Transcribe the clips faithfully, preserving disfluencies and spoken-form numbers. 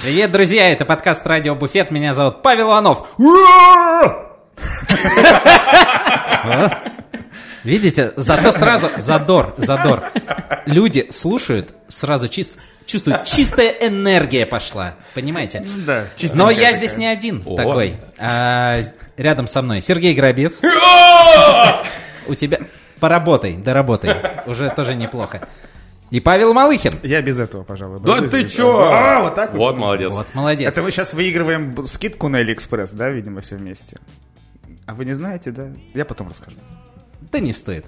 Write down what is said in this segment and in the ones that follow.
Привет, друзья, это подкаст «Радио Буфет», меня зовут Павел Иванов. Видите, зато сразу задор, задор. Люди слушают, сразу чисто, чувствуют, чистая энергия пошла, понимаете? Да, но я здесь не один О. такой. А, рядом со мной Сергей Грабец. У тебя... Поработай, доработай, уже тоже неплохо. И Павел Малыхин. Я без этого, пожалуй. Да ты чё? А, вот так вот. Вот молодец. Вот молодец. Это мы сейчас выигрываем скидку на Алиэкспресс, да, видимо, все вместе. А вы не знаете, да? Я потом расскажу. Да не стоит.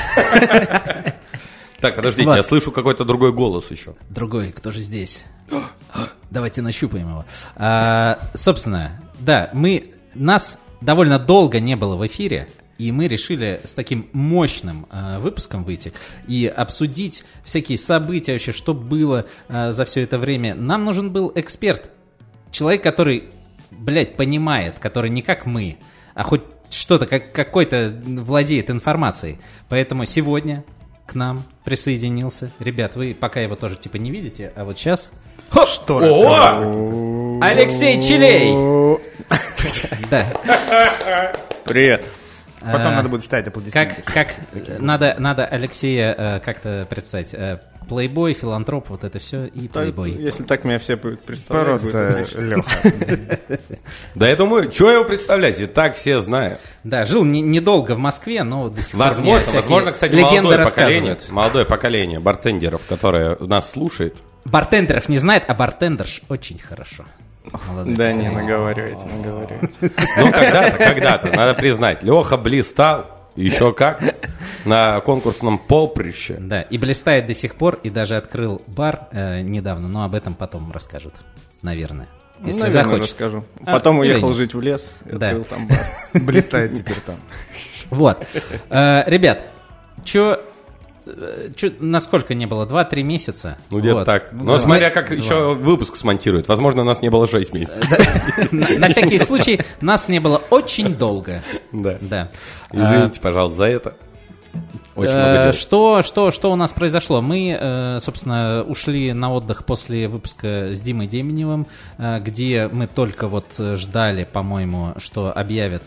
Так, подождите, вот. Я слышу какой-то другой голос еще. Другой, кто же здесь? Давайте нащупаем его. А, собственно, да, мы, нас довольно долго не было в эфире, и мы решили с таким мощным э, выпуском выйти и обсудить всякие события, вообще, что было э, за все это время. Нам нужен был эксперт, человек, который, блядь, понимает, который не как мы, а хоть что-то, как, какой-то владеет информацией. Поэтому сегодня к нам присоединился. Ребят, вы пока его тоже типа не видите, а вот сейчас... Что? Алексей Чилей! Да. Привет. Потом а, надо будет ставить аплодисменты. Как, как надо, надо Алексея э, как-то представить. Э, плейбой, филантроп, вот это все и плейбой. Если так меня все представляют. Просто Леха. Да я думаю, что его представлять, и так все знают. Да, жил недолго в Москве, но до сих пор. Возможно, возможно, кстати, молодое поколение, молодое поколение бартендеров, которое нас слушает. Бартендеров не знает, а бартендерш очень хорошо. Молодые. Да не, наговаривайте, наговаривайте. Ну, когда-то, когда-то, надо признать, Леха блистал, еще как, на конкурсном поприще. Да, и блистает до сих пор, и даже открыл бар э, недавно, но об этом потом расскажут, наверное. Если наверное, захочет. расскажу. Потом а, уехал или... жить в лес и да. открыл там бар. Блистает теперь там. Вот. Э, ребят, что... Чуть, насколько не было? Два-три месяца? Ну, где-то вот. так. Но ну, смотря как два. Еще выпуск смонтируют. Возможно, нас не было шесть месяцев. На всякий случай, нас не было очень долго. Да. Извините, пожалуйста, за это. Очень много дел. Что, что, что у нас произошло? Мы, собственно, ушли на отдых после выпуска с Димой Деменевым, где мы только вот ждали, по-моему, что объявят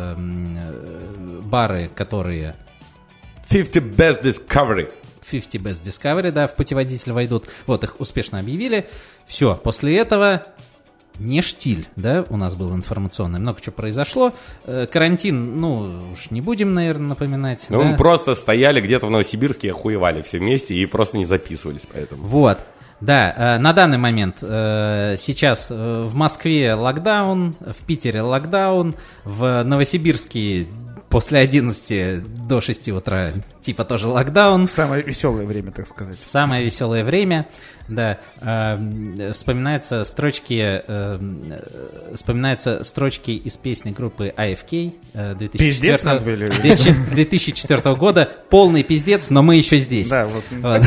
бары, которые... фифти Best Discovery. фифти Best Discovery, да, в путеводитель войдут. Вот, их успешно объявили. Все, после этого не штиль, да, у нас был информационный. Много чего произошло. Карантин, ну, уж не будем, наверное, напоминать. Ну, да? Мы просто стояли где-то в Новосибирске и охуевали все вместе и просто не записывались поэтому. Вот. Да, на данный момент сейчас в Москве локдаун, в Питере локдаун, в Новосибирске после одиннадцати до шести утра типа тоже локдаун. Самое веселое время, так сказать. Самое веселое время, да. Э, вспоминаются строчки, э, вспоминаются строчки из песни группы эй эф кей э, две тысячи четвёртого года. Полный пиздец, но мы еще здесь. Да, вот. Вот.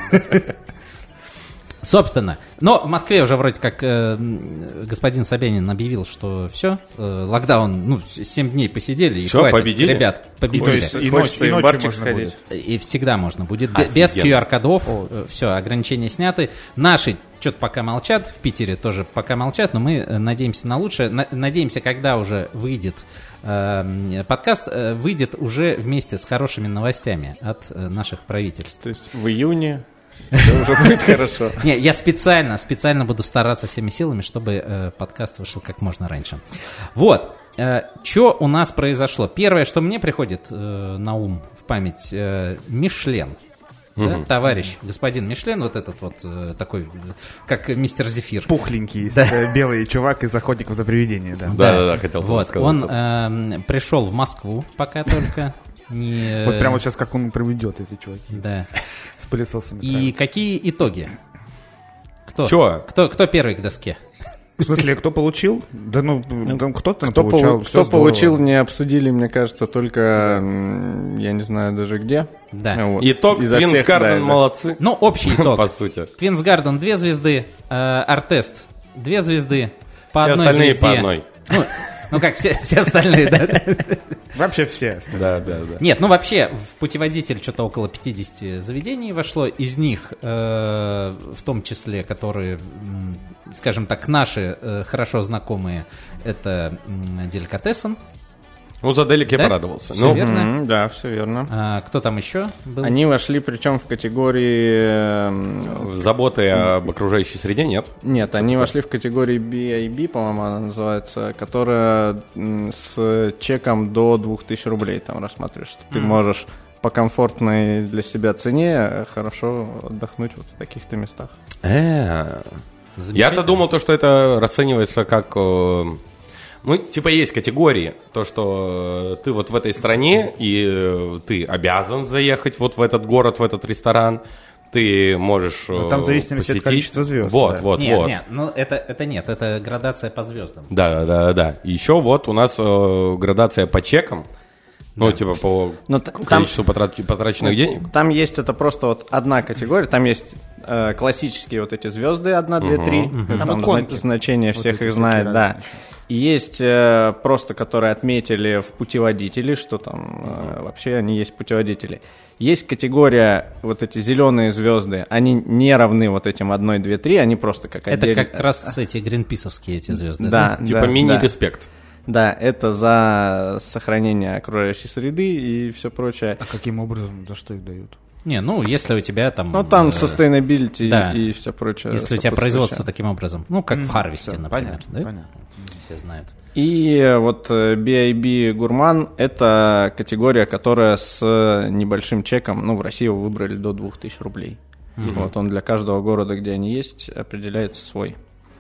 Собственно, но в Москве уже вроде как э, господин Собянин объявил, что все, э, локдаун, ну, семь дней посидели, и все, хватит. Победили? Ребят, победили. Есть, и ночью, и ночью можно будет. И всегда можно будет. Офигенно. Без ку ар-кодов, э, все, ограничения сняты. Наши что-то пока молчат, в Питере тоже пока молчат, но мы надеемся на лучшее. На, надеемся, когда уже выйдет э, подкаст, э, выйдет уже вместе с хорошими новостями от э, наших правительств. То есть в июне... Это уже будет хорошо. Не, я специально, специально буду стараться всеми силами, чтобы э, подкаст вышел как можно раньше. Вот, э, что у нас произошло? Первое, что мне приходит э, на ум, в память, э, Мишлен. Да, угу. Товарищ, господин Мишлен, вот этот вот э, такой, как мистер Зефир. Пухленький, да. Белый чувак из «Охотников за привидения». Да, да, да, да, хотел вот, сказать. Он э, пришел в Москву пока только. Не... Вот прямо вот сейчас как он проведет эти чуваки. Да. С пылесосами. И правильно. какие итоги? Кто? Чё? Кто, кто первый к доске? В смысле, кто получил? Да ну, там кто-то кто получал. По, кто получил, не обсудили, мне кажется, только, я не знаю даже где. Да. Вот. Итог, Твинс Гарден молодцы. Ну, общий итог. По сути. Твинс Гарден две звезды, Артест две звезды, по все одной остальные звезде. По одной. Ну, ну как, все, все остальные, да? Вообще все остальные. Да, да, да. Нет, ну вообще в путеводитель что-то около пятьдесят заведений вошло. Из них, э, в том числе, которые скажем так, наши э, хорошо знакомые, это м, Деликатесен. Ну, за Делик я Да? порадовался. Всё Ну, верно. М, Да, все верно. А, кто там еще был? Они вошли, причем в категории... эм, заботы об окружающей среде нет. Нет, они вошли в категорию би ай би, по-моему, она называется, которая м, с чеком до двух тысяч рублей там рассматриваешь. Что ты можешь по комфортной для себя цене хорошо отдохнуть вот в таких-то местах. Э, Замечательно. Я-то думал, то, что это расценивается как... э, Ну, типа есть категории, то, что ты вот в этой стране, и э, ты обязан заехать вот в этот город, в этот ресторан, ты можешь Но там э, в зависимости от посетить. количества звезд, Вот, да. вот, Нет, вот. нет, ну это, это нет, это градация по звездам. Да, да, да. Еще вот у нас э, градация по чекам, ну, типа по Но т- там- количеству потрат- потраченных денег. Там есть это просто вот одна категория, там есть э, классические вот эти звезды, одна, две, три, Там там иконки. зна- значение Вот всех эти их всякие знает, да. разные еще. И есть э, просто, которые отметили в путеводителе, что там э, вообще они есть путеводители. Есть категория, вот эти зеленые звезды, они не равны вот этим один, два, три, они просто как Это отдельно- как раз эти гринписовские эти звезды. Да, Типа да, мини-респект. Да, это за сохранение окружающей среды и все прочее. А каким образом, за что их дают? Не, ну, если у тебя там... Ну, там э, sustainability да. и все прочее. Если у тебя производство сопутствующее. таким образом. Ну, как в Харвесте, Всё, например. понятно, Да? понятно. Все знают. И вот э, би ай би Гурман – это категория, которая с небольшим чеком, ну, в России его выбрали до двух тысяч рублей. Вот он для каждого города, где они есть, определяется свой.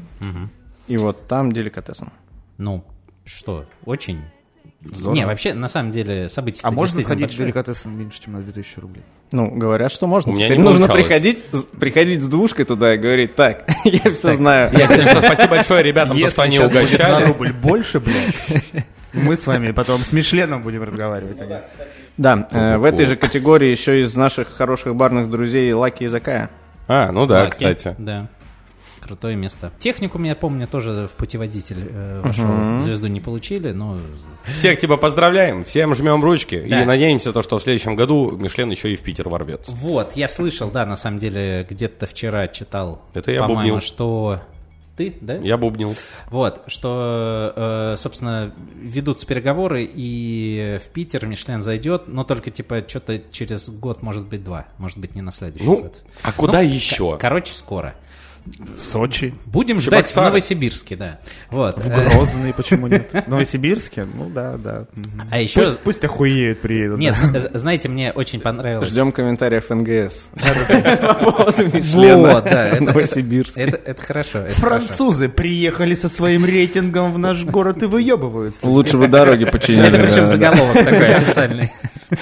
И вот там деликатесен. Ну, что, очень... Здорово. Не, вообще, на самом деле, события А можно действительно сходить в большое. деликатесен меньше, чем на две тысячи рублей? Ну, говорят, что можно. У меня Теперь не нужно получалось. приходить, с- приходить с двушкой туда и говорить, так, я все знаю. Я всем спасибо большое ребятам, то, что они щас будет на угощали. рубль больше, блядь, мы с вами потом с Мишленом будем разговаривать. а не- Да, э, в этой же категории еще из наших хороших барных друзей Лаки и Закая. А, ну да, Лаки, кстати. Да. Крутое место. Техникум, я помню, тоже в путеводитель э, вошел. Звезду не получили, но... Всех тебя поздравляем, всем жмем ручки Да. и надеемся, то, что в следующем году Мишлен еще и в Питер ворвется. Вот, я слышал, да, на самом деле, где-то вчера читал, Это я по-моему, бубнил. что... Ты, да? Я бубнил. Вот, что, э, собственно, ведутся переговоры, и в Питер Мишлен зайдет, но только, типа, что-то через год, может быть, два. Может быть, не на следующий Ну, год. а куда Ну, еще? к- Короче, скоро. В Сочи. Будем ждать в Чебоксары. Новосибирске, да. Вот. В Грозный, почему нет? В Новосибирске? Ну да, да. Мгм. А еще... Пусть, пусть охуеют, приедут. Нет, зна- знаете, мне очень понравилось... Ждем комментариев эн гэ эс. По поводу Мишлена. Вот, да, это, Новосибирск. это, это хорошо. Это хорошо. Французы приехали со своим рейтингом в наш город и выебываются. Лучше бы дороги починили. Это причем да. заголовок такой официальный.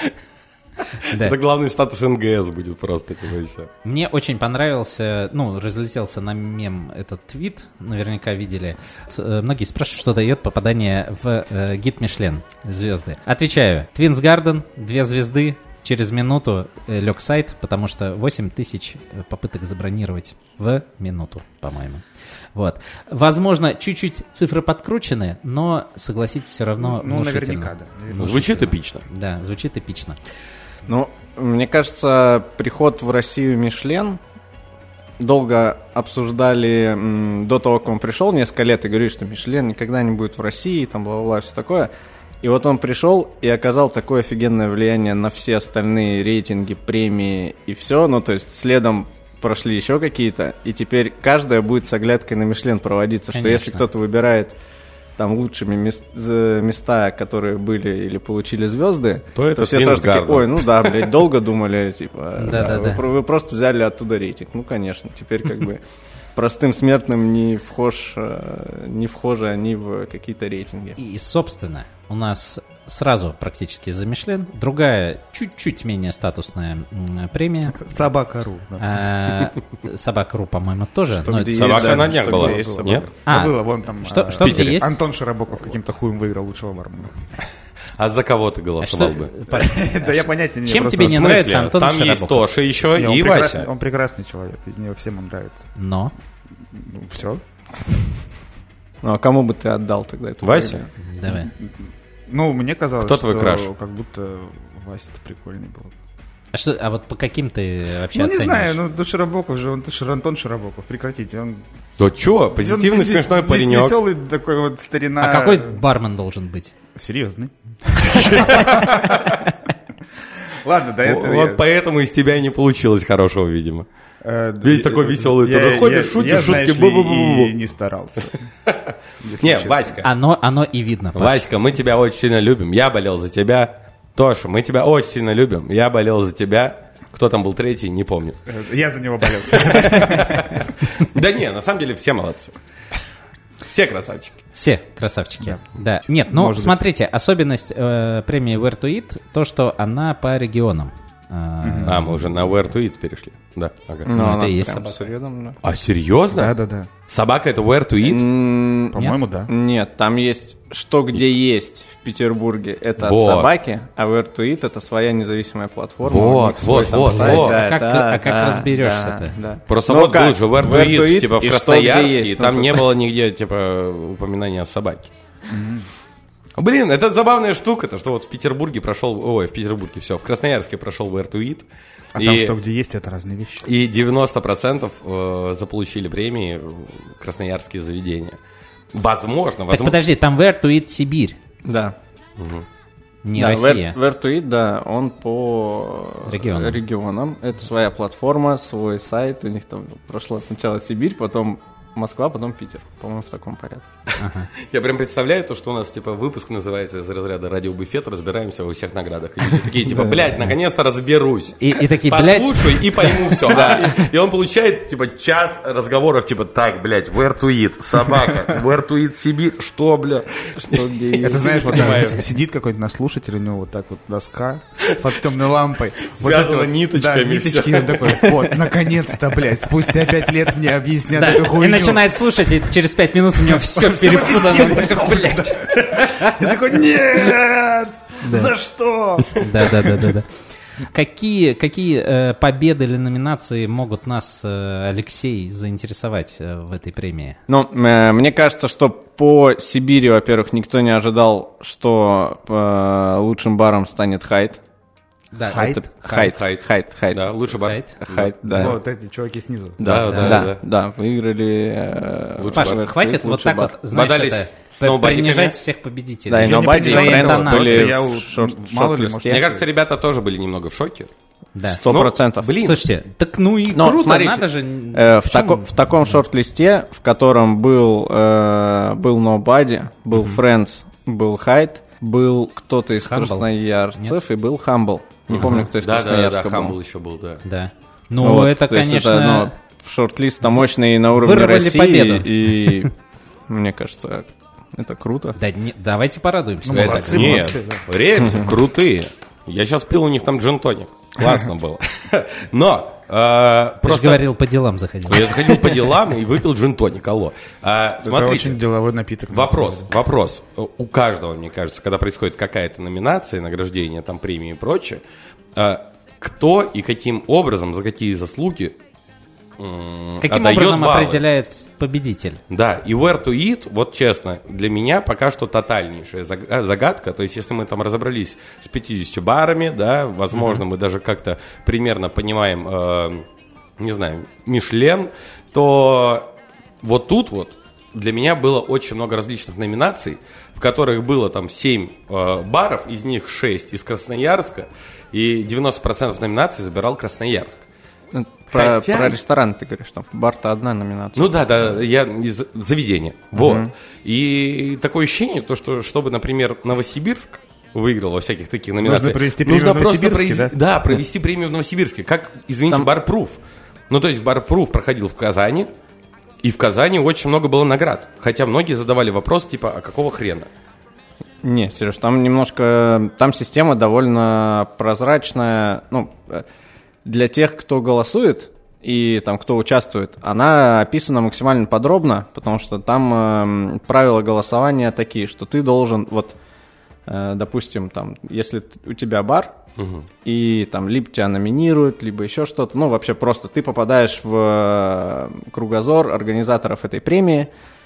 Да. Это главный статус эн гэ эс будет просто, типа, и все. Мне очень понравился, ну, разлетелся на мем этот твит, наверняка видели. Э, Многие спрашивают, что дает попадание в э, гид Мишлен, звезды. Отвечаю, Твинс Гарден, две звезды, через минуту э, лег сайт, потому что восемь тысяч попыток забронировать в минуту, по-моему. Вот. Возможно, чуть-чуть цифры подкручены, но, согласитесь, все равно Ну, внушительно. наверняка, да. наверняка. Звучит эпично. Да, звучит эпично. Ну, мне кажется, приход в Россию Мишлен долго обсуждали м, до того, как он пришел, несколько лет, и говорили, что Мишлен никогда не будет в России, там, бла-бла-бла, все такое. И вот он пришел и оказал такое офигенное влияние на все остальные рейтинги, премии и все. Ну, то есть следом прошли еще какие-то, и теперь каждая будет с оглядкой на Мишлен проводиться, что Конечно. если кто-то выбирает там лучшими мес- з- места, которые были или получили звезды, То это все сразу такие, Твинс Гарден. ой, ну да, блядь, долго думали, типа, Да-да-да. вы, про- вы просто взяли оттуда рейтинг. Ну, конечно, теперь как бы простым смертным не вхож, э, не вхожи они в какие-то рейтинги. И, собственно, у нас сразу практически за Мишлен другая, чуть-чуть менее статусная м, премия. Собака.ру. да. А, Собака.ру, по-моему, тоже. Что но где это- Собака есть, да, на днях что была. где есть собака. Нет? А, Да было, вон там. что, а, что в где Питере. есть? Антон Широбоков каким-то хуем выиграл лучшего бармена. А за кого ты А голосовал что- бы? Да я понятия не имею. Чем просто- тебе не В смысле? нравится Антон Там есть Широбоков? Тоша еще Не, он и прекрасный- Вася. Он прекрасный человек, и мне всем он нравится. Но. Ну, все. Ну, а кому бы ты отдал тогда эту Вася? премию? Давай. Ну, мне казалось, Кто что твой краш? как будто Вася-то прикольный был. А что, а вот по каким ты вообще Ну, не оцениваешь? знаю, ну, ну, Широбоков же, он тоже Антон Широбоков, прекратите. Он, То чё, позитивный, он весь- смешной весь паренек. веселый такой вот старина. А какой бармен должен быть? Серьезный. Ладно, до этого Вот я- поэтому из тебя и не получилось хорошего, видимо. Э, Весь такой веселый, я- тоже ходишь, я- шутишь, я, шутки, знаешь ли, бу-бу-бу-бу. и не старался. Если Не, честно. Васька, Оно, оно и видно. Паш. Васька, мы тебя очень сильно любим. Я болел за тебя. Тоша, мы тебя очень сильно любим. Я болел за тебя. Кто там был третий, не помню. Э, Я за него болел, кстати. Да не, на самом деле все молодцы. Все красавчики. Все красавчики. Да. Нет, ну Может быть. смотрите, особенность э, премии Where to Eat то, что она по регионам. Э, А, мы уже на Where to Eat перешли. Да, ага. Ну, Ну, это она и есть прям собака. с рядом, да. А, серьезно? Да-да-да. Собака это Where to Eat? М, По-моему, да. Нет, там есть «Что, где есть» в Петербурге. Это Вот. от собаки, а Where to Eat — это своя независимая платформа. Вот, У них свой вот, там вот, сайт, вот. да, А как- да, а как да, разберешься-то? да, да. Просто Ну вот как? был же Where to Where to Eat, Eat типа в и «Что, где Красноярске, есть». и там Ну, не тут- было нигде, типа, упоминания о собаке. Блин, это забавная штука, то что вот в Петербурге прошел, ой, в Петербурге все, в Красноярске прошел Where to Eat. А и, там что, где есть, это разные вещи. и девяносто процентов э, заполучили премии красноярские заведения. Возможно, Так возможно. подожди, там Where to Eat Сибирь, Да. не Да, Россия. Where, Where to Eat, да, он по Регионам. регионам. Это своя платформа, свой сайт. У них там прошла сначала Сибирь, потом Москва, потом Питер. По-моему, в таком порядке. Я прям представляю то, что у нас, типа, выпуск называется из разряда «Радиобуфет», разбираемся во всех наградах. И люди такие, типа, блядь, наконец-то разберусь. И, и такие, блядь, Послушаю и пойму все. И он получает, типа, час разговоров, типа, так, блядь, Where to Eat, собака, Where to Eat Сибирь, что, бля? Что, где есть. Это знаешь, вот понимаю. так сидит какой-нибудь наш слушатель, у него вот так вот доска под темной лампой. Вот Связано это вот, ниточками Да, ниточки, всё. он такой, вот, наконец-то, блядь, спустя пять лет мне объяснят да, эту и хуйню. начинает слушать, и через пять минут у него все перепутано. Он такой, блядь. Я такой, нет! За что? Да, да, да, да, да. Какие, какие э, победы или номинации могут нас, э, Алексей, заинтересовать э, в этой премии? Ну, э, мне кажется, что по Сибири, во-первых, никто не ожидал, что э, лучшим баром станет Хайт. Да, Хайт? Это- Хайт, Хайт. Хайт, Хайт. Да, лучше бар. Хайт. Хайт, да. Вот эти чуваки снизу. Да, Да, да, да, да, да. да, выиграли. э, Лучший Паша, бар. хватит вот лучший так бар. вот, знаешь, Бодались это, с ноубадиками. принижать всех победителей. Да, и Я не Nobody, и понимаю, Friends просто были я в у- шорт- мало ли, шорт-листе. может, Мне кажется, ребята тоже были немного в шоке. Да. Сто процентов. блин. Слушайте, так ну и Но круто, смотрите, надо же... Э, в, в чем- тако- в таком шорт-листе, в котором был, э, был Nobody, был Friends, был Хайт, был кто-то из Humble. красноярцев и был Humble. Не помню, кто из Да, да, да, Красноярска Хамбл был. еще был, да. Да. Ну, Вот, это, то есть конечно... это, ну, шорт-лист-то мощный на уровне Вырвали России. победу. И мне кажется, это круто. Да, не- давайте порадуемся. Ну, Это- молодцы, нет, молодцы, да. ребята, крутые. Я сейчас пил у них там джин-тоник. Классно было. Но э, Ты же просто... говорил, по делам заходил. Я заходил по делам и выпил джин-тоник, алло. А, Это смотрите, очень деловой напиток. вопрос, вопрос. У каждого, мне кажется, когда происходит какая-то номинация, награждение, там премии и прочее, а, кто и каким образом, за какие заслуги м, Каким отдает образом баллы. определяет победитель? Да, и Where to Eat, вот честно, для меня пока что тотальнейшая заг- загадка. То есть, если мы там разобрались с пятьюдесятью барами, да, возможно, мы даже как-то примерно понимаем, э, не знаю, Мишлен, то вот тут вот для меня было очень много различных номинаций, в которых было там семь э, баров, из них шесть из Красноярска, и девяносто процентов номинаций забирал Красноярск. Про, Хотя- про ресторан ты говоришь, там бар-то одна номинация. Ну да, да, я из заведения. Вот. И такое ощущение, то, что чтобы, например, Новосибирск выиграл во всяких таких номинациях. провести премию нужно в просто Новосибирске, произвести- да? провести премию в Новосибирске. Как, извините, Там- Барпруф. Ну, то есть Барпруф проходил в Казани, и в Казани очень много было наград. Хотя многие задавали вопрос, типа, а какого хрена? Не, Сереж, там немножко... Там система довольно прозрачная. Ну, э, для тех, кто голосует и там кто участвует, она описана максимально подробно, потому что там э, правила голосования такие, что ты должен... Вот, э, допустим, там, если т- у тебя бар, и там либо тебя номинируют, либо еще что-то, ну, вообще просто ты попадаешь в э, кругозор организаторов этой премии,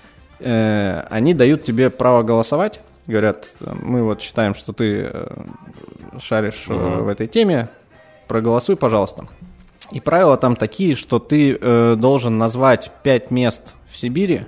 э, они дают тебе право голосовать, говорят, мы вот считаем, что ты э, шаришь э, в этой теме, проголосуй, пожалуйста. И правила там такие, что ты э, должен назвать пять мест в Сибири,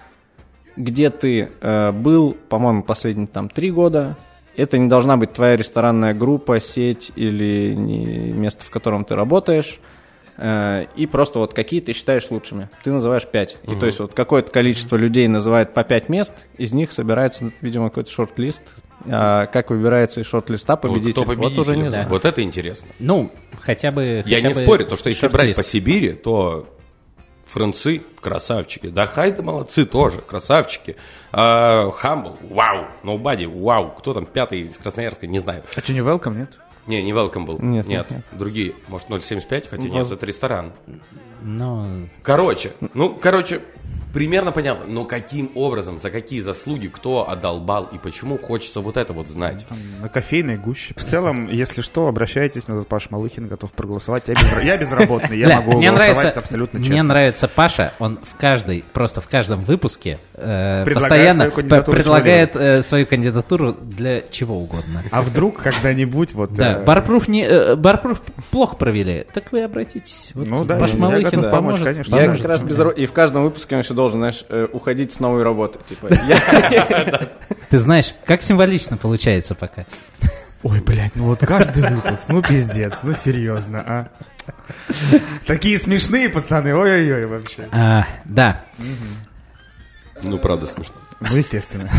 где ты э, был, по-моему, последние там три года. Это не должна быть твоя ресторанная группа, сеть или не, место, в котором ты работаешь. Э, и просто вот какие ты считаешь лучшими. Ты называешь пять. Угу. И то есть вот какое-то количество людей называет по пять мест, из них собирается, видимо, какой-то шорт-лист. А как выбирается из шорт-листа победитель? Кто победитель? Вот уже не да. знаю. Вот это интересно. Ну, хотя бы... Я хотя не бы спорю, то, что если шорт-лист. брать по Сибири, то францы красавчики. Да, Хайда молодцы тоже, красавчики. Хамбл, вау. Nobody, вау. Кто там пятый из Красноярска, не знаю. А что, не welcome, нет? Не, не Welcome был. Нет, нет, нет, нет. Другие. Может, ноль семьдесят пять, хотя Ну, нет, это ресторан. Ну, Короче, ну, короче, примерно понятно. Но каким образом, за какие заслуги, кто отдал бал и почему, хочется вот это вот знать. Там, на кофейной гуще. В целом, если что, обращайтесь, меня зовут Паша Малыхин, готов проголосовать. Я, без, я безработный, я Ля, могу мне голосовать нравится, абсолютно мне честно. нравится Паша, он в каждой, просто в каждом выпуске э, Предлагает постоянно свою кандидатуру п- предлагает э, свою кандидатуру для чего угодно. А вдруг когда-нибудь вот... Да, э, Барпруф не, э, Барпруф плохо провели, так вы обратитесь. Вот Ну да, Паш я Малыхин готов помочь, поможет. конечно. Я Поможет. как раз без ро- И в каждом выпуске он еще должен, знаешь, э, уходить с новой работы. Типа, я- Ты знаешь, как символично получается пока. Ой, блядь, ну вот каждый выпуск, ну пиздец, ну серьезно, а. Такие смешные пацаны, ой-ой-ой вообще. А, да, Ну, правда, смешно. Ну, естественно.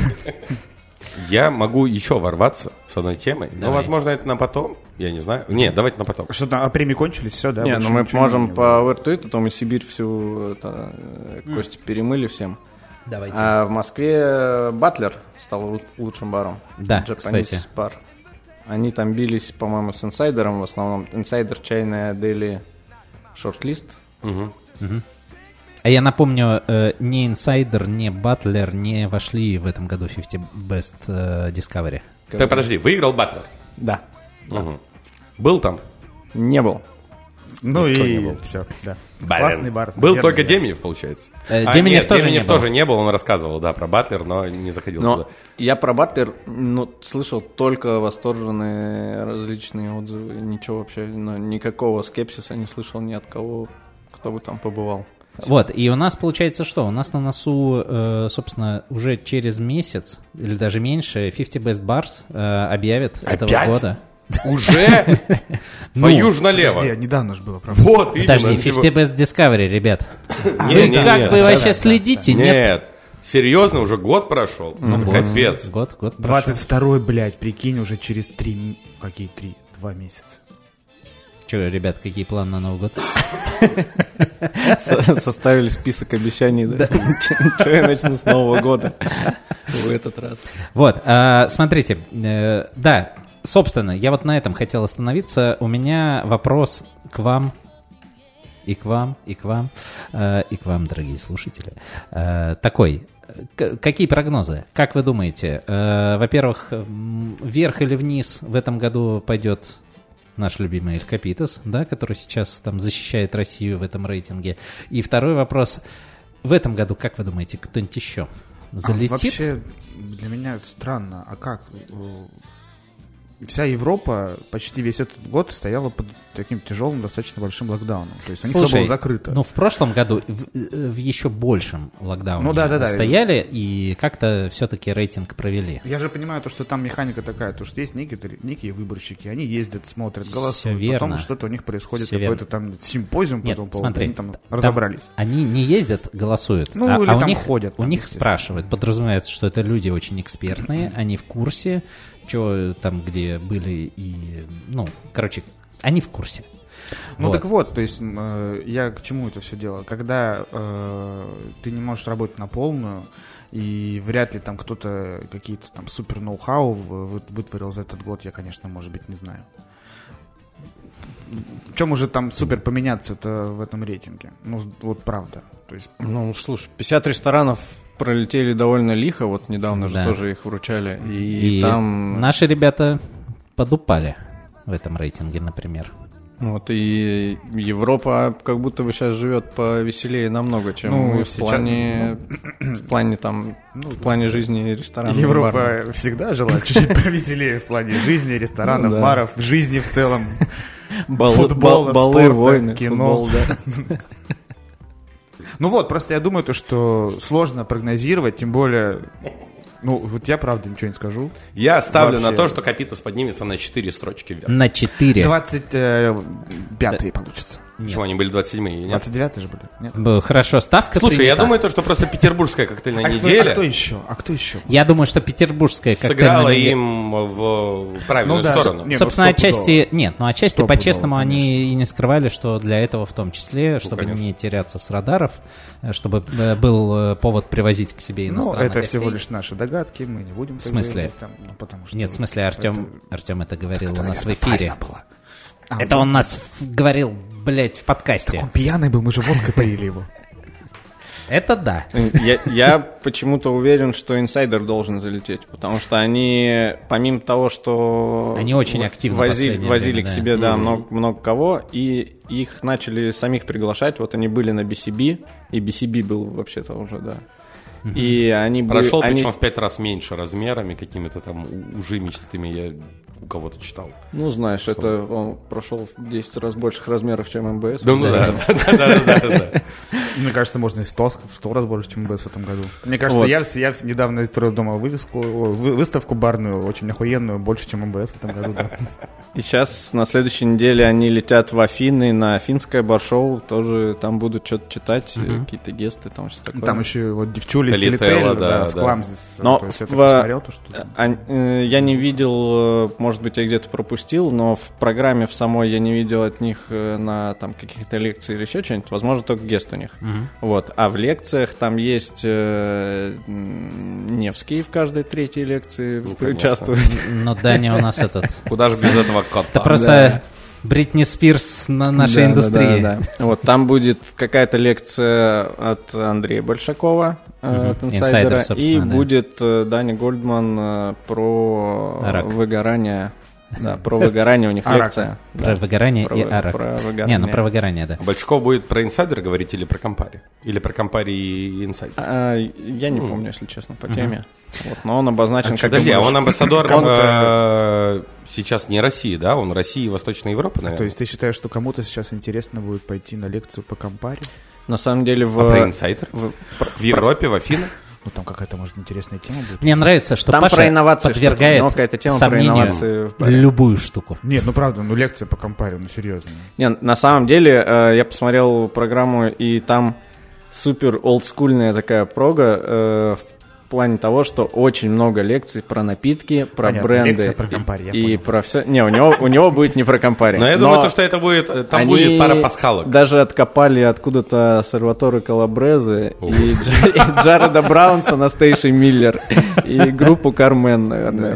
Я могу еще ворваться с одной темой, но, Давай. возможно, это на потом, я не знаю. Не, давайте на потом. Что там, а премии кончились, все, да? Не, больше ну мы ничего можем не было. по вертуиту, то мы Сибирь всю это, э, кости перемыли всем. давайте. А в Москве Батлер стал лу- лучшим баром. Да, Japanese кстати. бар. Они там бились, по-моему, с инсайдером в основном. Инсайдер, чайная, дели, шорт-лист. Мгм. А я напомню, э, ни Инсайдер, ни Батлер не вошли в этом году в пятьдесят Best э, Discovery. Так, подожди, выиграл Батлер? Да. Мгм. Был там? Не был. Ну Никто не и был. все, да. Блин. Классный бар. Был наверное, только да. Деменев, получается. Э, А, Деменев нет, тоже Деменев не был. тоже не был, он рассказывал, да, про Батлер, но не заходил Но туда. я про Батлер ну, слышал только восторженные различные отзывы. Ничего вообще, ну, никакого скепсиса не слышал ни от кого, кто бы там побывал. Вот, и у нас получается что? У нас на носу, э, собственно, уже через месяц, или даже меньше, пятьдесят Best Bars э, объявят Опять? этого года. Уже? Ну, Твою ж налево. Подожди, недавно же было, правда. Вот, именно. Подожди, ничего- пятьдесят Best Discovery, ребят. Не, Вы не, как не, бы да, вообще да, следите, нет? Нет, серьезно, уже год прошел. Ну, Это вот, капец. Год, год прошел. двадцать второй, блядь, прикинь, уже через три... м- Какие три? Два месяца. Че, ребят, какие планы на Новый год? Со- Составили список обещаний. Да. Что я начну с Нового года в этот раз. Вот, а, смотрите, э, да, собственно, я вот на этом хотел остановиться. У меня вопрос к вам, и к вам, и к вам, э, и к вам, дорогие слушатели. Э, такой, к- какие прогнозы? Как вы думаете, э, во-первых, м, вверх или вниз в этом году пойдет наш любимый Эль Капитас, да, который сейчас там защищает Россию в этом рейтинге? И второй вопрос, в этом году, как вы думаете, кто-нибудь еще залетит? А вообще, для меня странно, а как? Э, Вся Европа почти весь этот год стояла под таким тяжелым, достаточно большим локдауном. То есть у них все было закрыто. Ну, в прошлом году в, в еще большем локдауне Ну да, да, да. стояли и как-то все-таки рейтинг провели. Я же понимаю, то, что там механика такая, то, что есть некие, некие выборщики, они ездят, смотрят, голосуют, Всё потом верно. что-то у них происходит, Всё какой-то верно. там симпозиум по Нет, этому поводу, смотри, они там там разобрались. Они не ездят, голосуют, Ну, а, или а у там них, ходят, у там, них естественно. спрашивают, подразумевается, что это люди очень экспертные, они в курсе, что там, где были и, ну, короче, они в курсе. Ну Вот. так вот, то есть э, я к чему это все дело? Когда э, ты не можешь работать на полную, и вряд ли там кто-то какие-то там супер ноу-хау вы- вы- вытворил за этот год, я, конечно, может быть, не знаю. В чем уже там супер поменяться-то в этом рейтинге? Ну, вот правда. То есть, Ну, слушай, пятьдесят ресторанов пролетели довольно лихо, вот недавно же Да. тоже их вручали, и, И там... наши ребята подупали в этом рейтинге, например. Вот, и Европа как будто бы сейчас живет повеселее намного, чем Ну, мы в сейчас- плане, в плане там, Ну, в плане жизни ресторанов. и Европа баров. всегда жила чуть-чуть повеселее в плане жизни, ресторанов, Ну да. баров, жизни в целом. Бал- Футбола, бал- Балы, спорта, войны, кино. футбол, да. Ну вот, просто я думаю, то, что сложно прогнозировать, тем более... Ну, вот я правда ничего не скажу. Я ставлю Вообще. на то, что Капитас поднимется на четыре строчки вверх. На четыре. двадцать пятый получится. Почему они были двадцать седьмые? Нет? двадцать девятый же были. Нет? Б- Хорошо, ставка Слушай, я принята. думаю, то, что просто петербургская коктейльная А кто, а неделя кто еще? А кто еще? Я думаю, что петербургская сыграла коктейльная неделя- им в правильную Ну да. сторону. Не, ну, Собственно, стопудово. отчасти... Нет, ну отчасти Стопудово, по-честному они конечно. и не скрывали, что для этого в том числе, чтобы конечно. не теряться с радаров, э, чтобы э, был э, повод привозить к себе Ну, иностранных это гостей. всего лишь наши догадки, мы не будем... В смысле? так заявлять Там, ну, потому что Нет, в смысле, Артем это- Артем это говорил это, у нас в наверное, эфире. правильно было. А, Это ну, он нас в- говорил, блядь, в подкасте. Он пьяный был, мы же водкой поили его. Это да. Я, я почему-то уверен, что инсайдер должен залететь, потому что они, помимо того, что... Они очень в- активно в возили, последнее возили время, к да. себе, да, много, много кого, и их начали самих приглашать. Вот они были на би си би, и би си би был вообще-то уже, да. И они были... Прошел, они- причем в пять раз меньше размерами, какими-то там у- ужимистыми, я у кого-то читал. Ну, знаешь, это он прошел в десять раз больших размеров, чем эм бэ эс. Да, ну да, да, да, да, да, да. Мне кажется, можно и сто, в сто раз больше, чем БС в этом году. Мне кажется, Вот. я, я недавно строил дома вывеску, о, вы- выставку барную, очень охуенную, больше, чем МБС в этом году. Да. И сейчас на следующей неделе они летят в Афины на финское бар-шоу, тоже там будут что-то читать, э, какие-то гесты, там что такое. Там еще вот девчули из Талителла, Талителла, да, да, в да. Кламзис. Но То есть я в- так посмотрел, то, что... А, э, я не видел, э, может быть, я где-то пропустил, но в программе в самой я не видел от них э, на там каких-то лекциях или еще что-нибудь. Возможно, только гест у них. Вот. А в лекциях там есть э, м, Невский в каждой третьей лекции конечно. участвует. Но Даня у нас этот... Куда же без этого кота? Это просто Бритни Спирс на нашей Да, да, индустрии. да, да. Вот там будет какая-то лекция от Андрея Большакова, э, от Мгм. инсайдера, Инсайдер, и собственно, да. будет э, Даня Гольдман э, про Арак. выгорание. Да, про выгорание у них Арака. лекция. Про Да. выгорание Про и вы- арак. про выгорание. Не, ну про выгорание, да. Бочков будет про инсайдер говорить или про компари? Или про компари и инсайдер? А, я не помню, если честно, по теме. Вот, но он обозначен как... Подожди, а обычно. он амбассадор Кому-то- э, сейчас не России, да? Он России и Восточной Европы, наверное. То есть ты считаешь, что кому-то сейчас интересно будет пойти на лекцию по компаре? На самом деле в... А про инсайдер? в- В Европе, в Афинах? Ну там какая-то, может, интересная тема будет. Мне нравится, что Там Паша про инновации что-то, подвергает но какая-то тема про сомнению инновации в баре. любую штуку. Нет, ну правда, ну лекция по компаре, ну серьезно. Не, на самом деле, э, я посмотрел программу, и там супер олдскульная такая прога э, в плане того, что очень много лекций про напитки, про Понятно, бренды. лекция про Campari, я и, и понял. про все. Не, у него, у него будет не про Campari. Но я думаю, то, что это будет, э, там они будет пара пасхалок. даже откопали откуда-то Сальваторе Калабрезе и, Дж- и Джареда Браунса на Стейши Миллер и группу Кармен, наверное.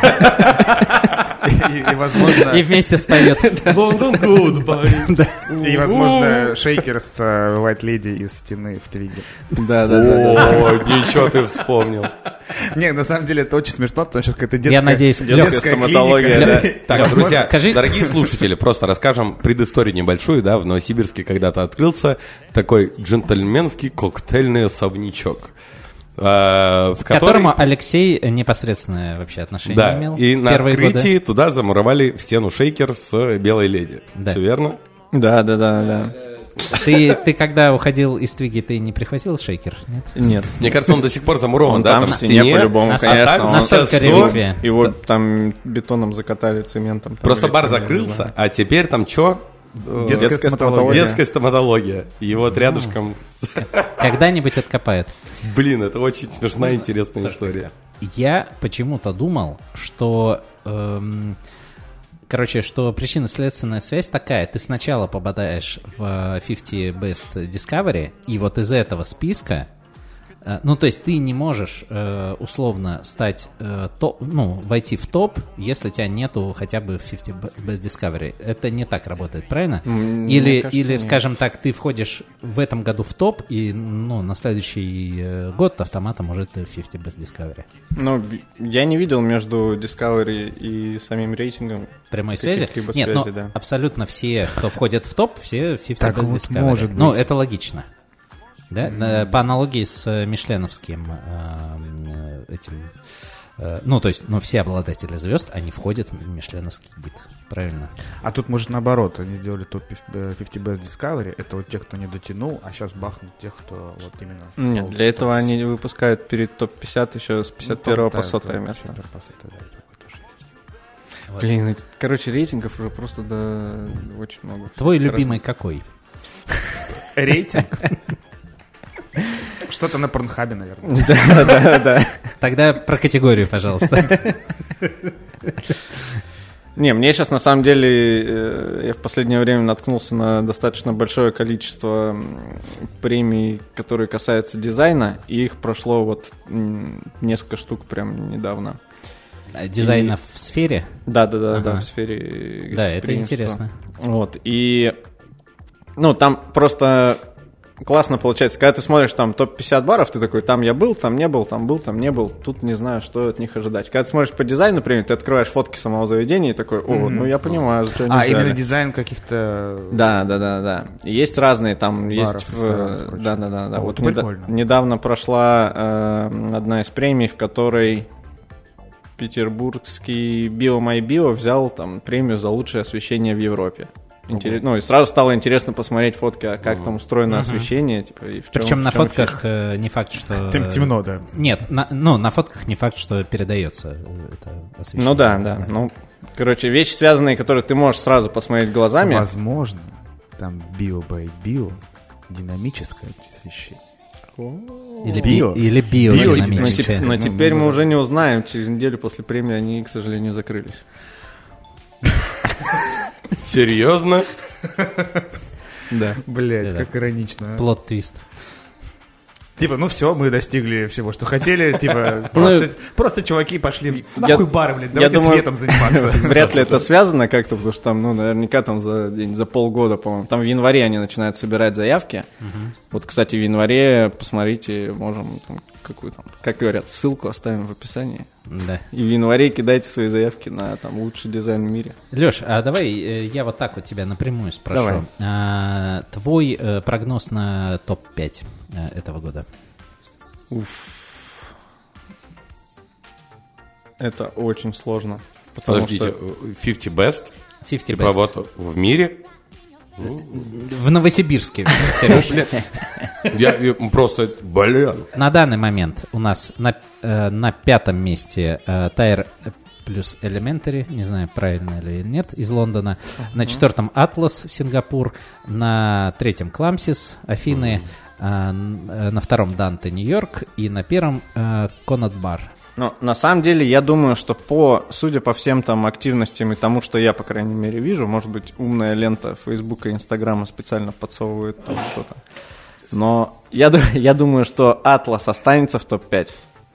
И, и, возможно, И вместе споет. Лондон Goodbye. и, возможно, шейкер с э, White Lady из стены в Твиге. Да, да, да, да. О, ничего ты вспомнил. Не, на самом деле это очень смешно, потому что какая-то детская... Я надеюсь, Детская детская стоматология, клиника. да. Так, Лёх, друзья, скажи- дорогие слушатели, просто расскажем предысторию небольшую, да, в Новосибирске когда-то открылся такой джентльменский коктейльный особнячок, э, в к который- которому Алексей непосредственное вообще отношение Да, имел. и на первые открытии годы. туда замуровали в стену шейкер с белой леди. Да. Все верно? Да, да, да, да. Ты, ты когда уходил из Твиги, ты не прихватил шейкер? Нет? Нет. Мне кажется, он до сих пор замурован. Он да, там в стене по-любому, Нас- конечно. а так он- настолько сейчас реликвия. что? Его там бетоном закатали, цементом. там, Просто или бар чем, я не закрылся, знаю. а теперь там что? Детская Детская стоматология. Детская стоматология. И вот рядышком... Когда-нибудь откопают. Блин, это очень смешная, интересная история. Я почему-то думал, что... эм, короче, что причинно-следственная связь такая. Ты сначала попадаешь в пятьдесят Best Discovery, и вот из этого списка... э, ну, то есть ты не можешь э, условно стать э, топ, ну, войти в топ, если тебя нету хотя бы в пятьдесят Best Discovery. Это не так работает, правильно? М, мне Или, кажется, или нет. скажем так, ты входишь в этом году в топ, и ну, на следующий э, год автоматом уже ты в пятьдесят Best Discovery. Ну, я не видел между Discovery и самим рейтингом. Прямой связи? Каких-либо Нет, связи, ну, да. абсолютно все, кто входит в топ, все в пятьдесят Так Best вот Discovery. может Ну, быть. это логично. Да? Э, По аналогии с э, мишленовским э, э, этим Э, ну, то есть, ну, все обладатели звезд, они входят в мишленовский гид. Правильно? А тут, может, наоборот, они сделали топ пятьдесят Best Discovery, это вот те, кто не дотянул, а сейчас бахнут тех, кто вот именно... Нет, топ- для этого топ- они выпускают перед топ пятьдесят еще с пятьдесят первого Ну, по да, сотое да, место. пятьдесят первое по сотое, да, такое тоже есть. Вот. Блин, эти- короче, рейтингов уже просто да, очень много. Твой Всяких любимый какой? Рейтинг? Что-то на Порнхабе, наверное. Да, да, да. Тогда про категорию, пожалуйста. Не, мне сейчас на самом деле, э, я в последнее время наткнулся на достаточно большое количество м, премий, которые касаются дизайна, и их прошло вот м, несколько штук прям недавно. Дизайна в сфере? Да, да, да, Ага. да, в сфере Да, это гостеприимства. интересно. Вот, и, ну, там просто классно получается, когда ты смотришь там топ пятьдесят баров, ты такой, там я был, там не был, там был, там не был, тут не знаю, что от них ожидать. Когда ты смотришь по дизайну, например, ты открываешь фотки самого заведения и такой, о, ну я понимаю, за что они А, взяли. именно дизайн каких-то... Да, да, да, да. И есть разные, там Баров, есть... в- ресторанов, короче. Да, да, да, да. О, Вот это неда- прикольно. недавно прошла э, одна из премий, в которой петербургский BioMyBio взял там премию за лучшее освещение в Европе. Интерес- Ну, и сразу стало интересно посмотреть фотки, а как там устроено освещение. Типа, и в чём- Причем в на чём фотках э, не факт, что... Тем темно, да. Нет, на- ну, на фотках не факт, что передается э, это освещение. Ну да, да. Ну, короче, вещи связанные, которые ты можешь сразу посмотреть глазами. Возможно, там био by био динамическое освещение. Или, Био. би- или Био- Но, теп- но биодинамическое. теп- но Ну, теперь ну, мы да. уже не узнаем. Через неделю после премии они, к сожалению, закрылись. Серьезно? Да. Блять, Да. как иронично. а. Плот-твист. Типа, ну все, мы достигли всего, что хотели. Типа, просто, просто чуваки пошли нахуй бары, блин, давайте думаю, светом заниматься. Вряд ли это связано как-то, потому что там, ну, наверняка там за день, за полгода, по-моему. Там в январе они начинают собирать заявки. Вот, кстати, в январе, посмотрите, можем там, какую там, как говорят, ссылку оставим в описании. Да. И в январе кидайте свои заявки на там лучший дизайн в мире. Леш, а давай э, я вот так вот тебя напрямую спрошу. Давай. А, твой э, прогноз на топ пять э, этого года? Это очень сложно. Потому Подождите, что пятьдесят best? пятьдесят Типа best. вот в мире? В Новосибирске, Сереж. Я я просто, блин. На данный момент у нас на, э, на пятом месте э, Tire плюс Elementary, не знаю, правильно или нет, из Лондона. На четвертом Atlas, Сингапур. На третьем Clamsys, Афины. э, н- э, на втором Dante, Нью-Йорк. И на первом э, Conant Bar. Но на самом деле я думаю, что по, судя по всем там активностям и тому, что я, по крайней мере, вижу, может быть, умная лента Фейсбука и Инстаграма специально подсовывает там что-то. Но я, ду- я думаю, что Atlas останется в топ пять.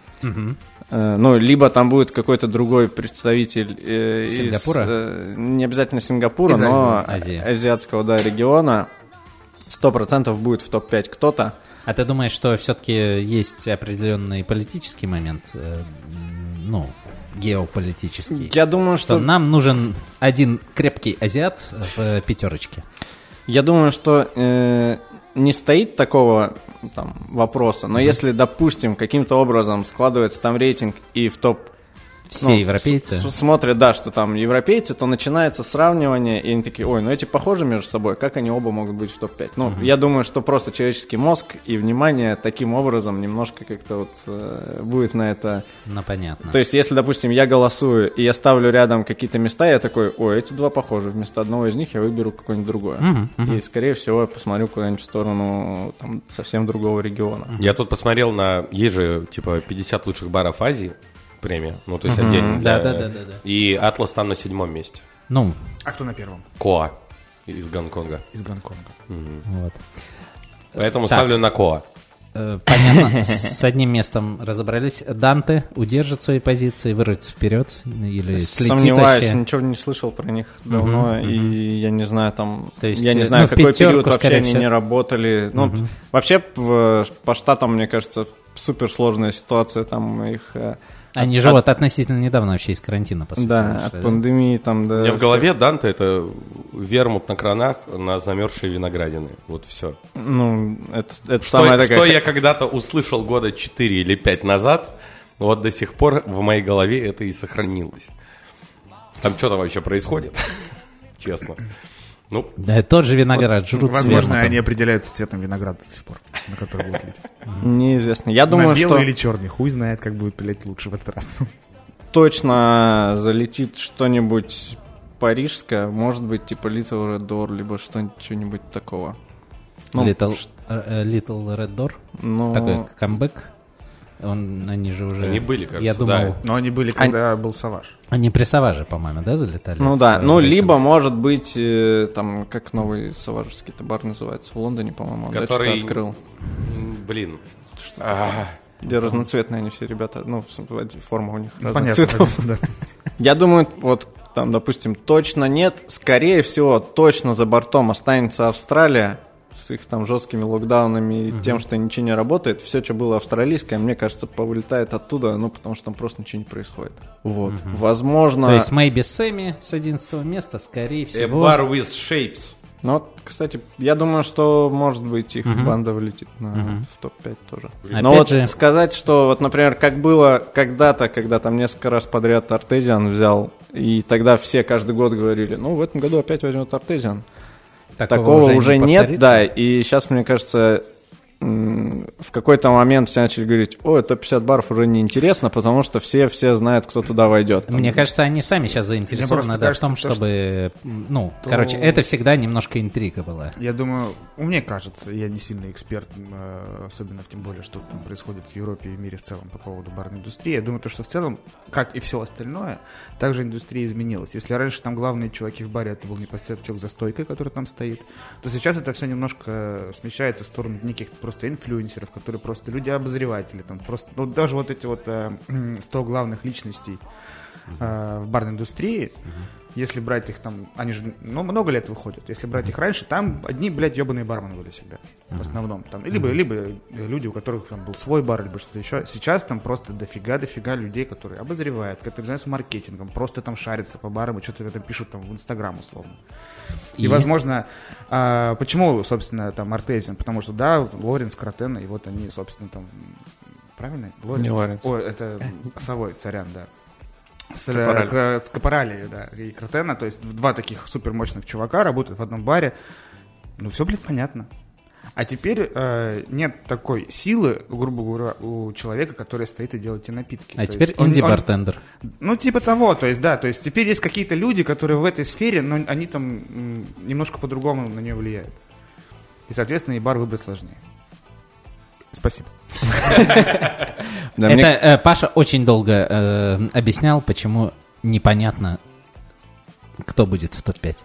Э, ну, либо там будет какой-то другой представитель э, из, Сингапура? э, не обязательно Сингапура, Из но Азии. азиатского, да, региона. Сто процентов будет в топ пять кто-то. А ты думаешь, что все-таки есть определенный политический момент, э, м, ну, геополитический? Я думаю, Что что нам нужен один крепкий азиат в э, пятерочке. Я думаю, что э, не стоит такого там, вопроса, но если, допустим, каким-то образом складывается там рейтинг и в топ Все ну, европейцы. с- с- смотрят, да, что там европейцы, то начинается сравнивание, и они такие, ой, ну эти похожи между собой, как они оба могут быть в топ пять? Ну, я думаю, что просто человеческий мозг и внимание таким образом немножко как-то вот э, будет на это... Ну, понятно. То есть, если, допустим, я голосую, и я ставлю рядом какие-то места, я такой, ой, эти два похожи, вместо одного из них я выберу какое-нибудь другое. И, скорее всего, я посмотрю куда-нибудь в сторону там, совсем другого региона. Я тут посмотрел на, есть же, типа, пятьдесят лучших баров Азии, премия, ну, то есть отдельно. Да, для- да, да, да, да. И Атлас там на седьмом месте. Ну, А кто на первом? Коа из Гонконга. Из Гонконга. вот. Поэтому Так. ставлю на Коа. Э, Понятно, с одним местом разобрались. Данте удержит свои позиции, вырвется вперед или слетит Сомневаюсь, вообще. ничего не слышал про них давно, и я не знаю, там, То есть, я не э, знаю, ну, в в какой пятерку, период вообще скорее они всего. не работали. Ну, вообще, в- по штатам, мне кажется, суперсложная ситуация, там их... э, Они от- живут относительно недавно вообще из карантина, по сути. Да, вышли, от да? пандемии там, да. У меня в всё. голове Данте это вермут на кранах на замерзшие виноградины. Вот все. Ну, это, это Что, самая такая... что я когда-то услышал года четыре или пять назад, Вот до сих пор в моей голове это и сохранилось. Там что-то вообще происходит, честно. Ну, Да, тот же виноград жрут с Возможно, вермутом. они определяются цветом винограда до сих пор, на который будет лить. Неизвестно. Я думаю, На белый что или черный, хуй знает, как будет лить лучше в этот раз. точно залетит что-нибудь парижское, может быть, типа Little Red Door, либо что-нибудь, что-нибудь такого. Ну, Little, э, э, Little Red Door, ну, такой камбэк. Он, они же уже... Они были, кажется, Я думал, да. Но они были, когда был Саваж. они при Саваже, по-моему, да, залетали? ну да, В, ну в рейтинг? либо, может быть, э, там, как новый саважский бар называется, в Лондоне, по-моему, он да, Который- что-то открыл. м, блин. А, Где разноцветные они все ребята, ну, в- форма у них разных Понятно, цветов. да. Я думаю, вот там, допустим, точно нет. Скорее всего, точно за бортом останется Австралия с их там жесткими локдаунами и тем, что ничего не работает. Все, что было австралийское, мне кажется, повылетает оттуда, ну, потому что там просто ничего не происходит. Вот. Возможно... То есть Мэйби Сэмми с одиннадцатого места, скорее a всего... bar with shapes. Ну, вот, кстати, я думаю, что, может быть, их банда вылетит на, в топ пять тоже. Опять Но вот же- сказать, что, вот, например, как было когда-то, когда там несколько раз подряд Artesian взял, и тогда все каждый год говорили, ну, в этом году опять возьмет Artesian. Такого, уже, не нет, повторится. да, и сейчас, мне кажется, м, в какой-то момент все начали говорить, ой, топ пятьдесят баров уже не интересно, потому что все, все знают, кто туда войдет. Там, Мне кажется, они сами сейчас заинтересованы просто да, в кажется, том, то, чтобы... Ну, то- короче, это всегда немножко интрига была. Я думаю, мне кажется, я не сильный эксперт, э, особенно в тем более, что там происходит в Европе и в мире в целом по поводу барной индустрии. Я думаю, то, что в целом, как и все остальное, также индустрия изменилась. Если раньше там главные чуваки в баре, это был непосредственно человек за стойкой, который там стоит, то сейчас это все немножко смещается в сторону неких просто инфлюенсеров, которые просто люди-обозреватели, там просто, ну, даже вот эти вот э, сто главных личностей э, в барной индустрии, если брать их там, они же, ну, много лет выходят. Если брать их раньше, там одни, блядь, ебаные бармены были всегда. В основном. Там, либо, либо люди, у которых там был свой бар, либо что-то еще. Сейчас там просто дофига-дофига людей, которые обозревают, которые занимаются маркетингом, просто там шарятся по барам и что-то там пишут там в Инстаграм условно. И, И? возможно, а, почему, собственно, там Artesian? Потому что, да, Лоренс, Кротена, и вот они, собственно, там... Правильно? Не Лоренс. Ой, это Совой, сорян, да. С, Капорали. к- с Капорали, да, и Кротена, то есть два таких супермощных чувака работают в одном баре. Ну, все, блядь, понятно. А теперь э, нет такой силы, грубо говоря, у человека, который стоит и делает те напитки. А То теперь есть он- он- инди-бартендер. Ну, типа того, то есть, да, то есть теперь есть какие-то люди, которые в этой сфере, но они там м, немножко по-другому на нее влияют. И, соответственно, и бар выбрать сложнее. Спасибо. Да, Это мне- э, Паша очень долго э, объяснял, почему непонятно, кто будет в топ пять.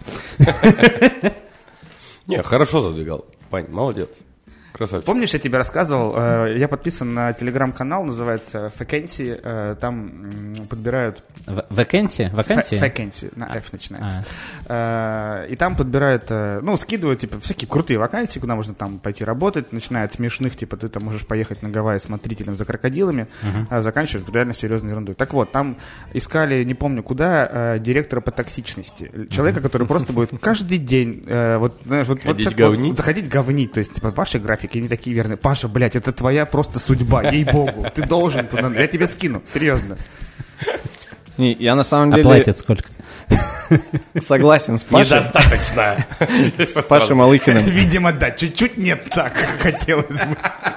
Не, хорошо задвигал. Пань, молодец. Красавчик. Помнишь, я тебе рассказывал, э, я подписан на телеграм-канал, называется Vacancy, э, там м, подбирают... В- Вакансия? Вакансия? Фа- Vacancy, на F начинается. Э, и там подбирают, э, ну, скидывают, типа, всякие крутые вакансии, куда можно там пойти работать, начиная от смешных, типа, ты там можешь поехать на Гавайи смотрителем за крокодилами, а заканчивая реально серьезной ерундой. Так вот, там искали, не помню куда, э, директора по токсичности. Человека, который просто будет каждый день, э, вот, знаешь, вот... Ходить вот, говнить? вот заходить говнить, то есть, типа, ваши графики, они такие верные. Паша, блядь, это твоя просто судьба, ей-богу. Ты должен туда, я тебе скину, серьезно. не, я на самом А деле платят сколько? согласен с Пашей, Недостаточно. с Пашей Малыхиным. Видимо, да, чуть-чуть не так, как хотелось бы.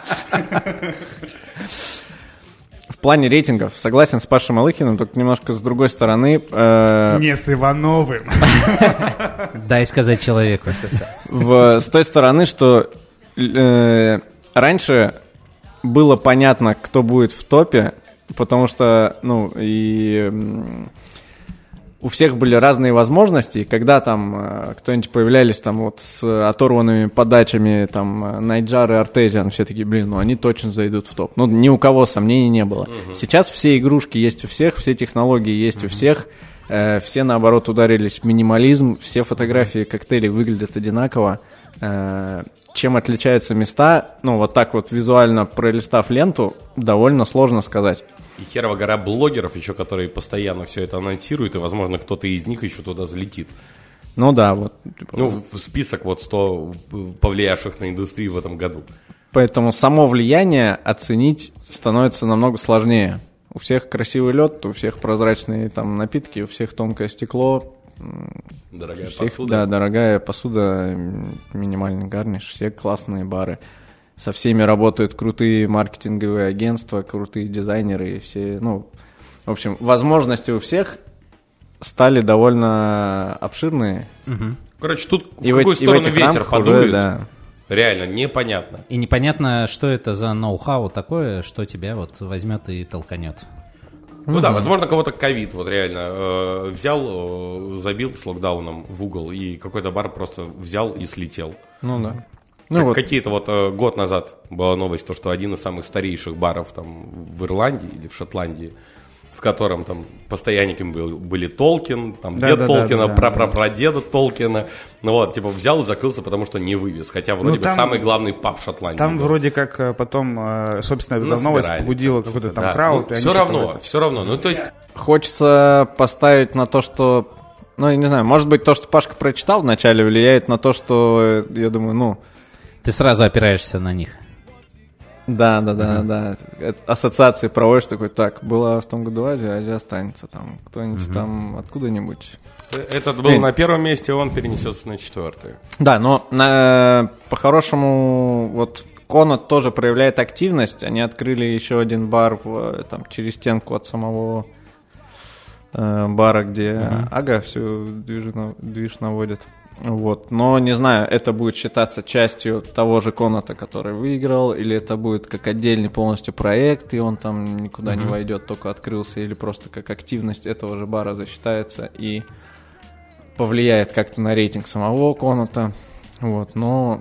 В плане рейтингов согласен с Пашей Малыхиным, только немножко с другой стороны. э, Не с Ивановым. Дай сказать человеку. в, с той стороны, что э, раньше было понятно, кто будет в топе, потому что, ну, и м, у всех были разные возможности, и когда там э, кто-нибудь появлялись там вот с оторванными подачами, там, э, Найджар и Artesian, все такие, блин, ну они точно зайдут в топ. Ну, ни у кого сомнений не было. Сейчас все игрушки есть у всех, все технологии есть у всех, э, все, наоборот, ударились в минимализм, все фотографии коктейлей выглядят одинаково. Э, чем отличаются места, ну, вот так вот визуально пролистав ленту, довольно сложно сказать. И херова гора блогеров еще, которые постоянно все это анонсируют, и, возможно, кто-то из них еще туда залетит. Ну да, вот. типа, Ну, в список вот сто повлиявших на индустрию в этом году. Поэтому само влияние оценить становится намного сложнее. У всех красивый лед, у всех прозрачные там напитки, у всех тонкое стекло. Дорогая всех, посуда. Да, дорогая посуда, минимальный гарниш, все классные бары. Со всеми работают крутые маркетинговые агентства, крутые дизайнеры и все, ну, в общем, возможности у всех стали довольно обширные. Мгм. Короче, тут в И в какую эти- и в сторону этих ветер рамках уже, подует, да. реально непонятно. И непонятно, что это за ноу-хау такое, что тебя вот возьмет и толканет. Ну да, возможно, кого-то ковид вот реально э, взял, э, забил с локдауном в угол, и какой-то бар просто взял и слетел. Ну да. Как- Ну, вот. Какие-то вот э, год назад была новость, то, что один из самых старейших баров там в Ирландии или в Шотландии, в котором там постоянниками был, были Толкин, там Да, дед да, да, Толкина, да, да, прапрапрадеда Толкина. Ну вот, типа взял и закрылся, потому что не вывез. Хотя вроде Ну, бы там- самый главный паб Шотландии. Там был. вроде как э, потом, э, собственно, эта Насобирали новость побудила там какой-то что-то, там да. крауд. Ну, и они все что-то равно, это- все равно. Ну, то есть, Хочется поставить на то, что... Ну, я не знаю, может быть, то, что Пашка прочитал вначале, влияет на то, что, я думаю, ну... Ты сразу опираешься на них. Да, да, да, да. Это ассоциации проводишь такой, так, была в том году Азия, Азия останется там. Кто-нибудь там откуда-нибудь. этот был Эй. на первом месте, он перенесется на четвертое. Да, но э, по-хорошему, вот Конот тоже проявляет активность. Они открыли еще один бар в, там, через стенку от самого э, бара, где Ага всю движ, движ наводит. Вот. Но не знаю, это будет считаться частью того же Конота, который выиграл, или это будет как отдельный полностью проект, и он там никуда не войдет, только открылся, или просто как активность этого же бара засчитается и повлияет как-то на рейтинг самого Конота. Вот, но,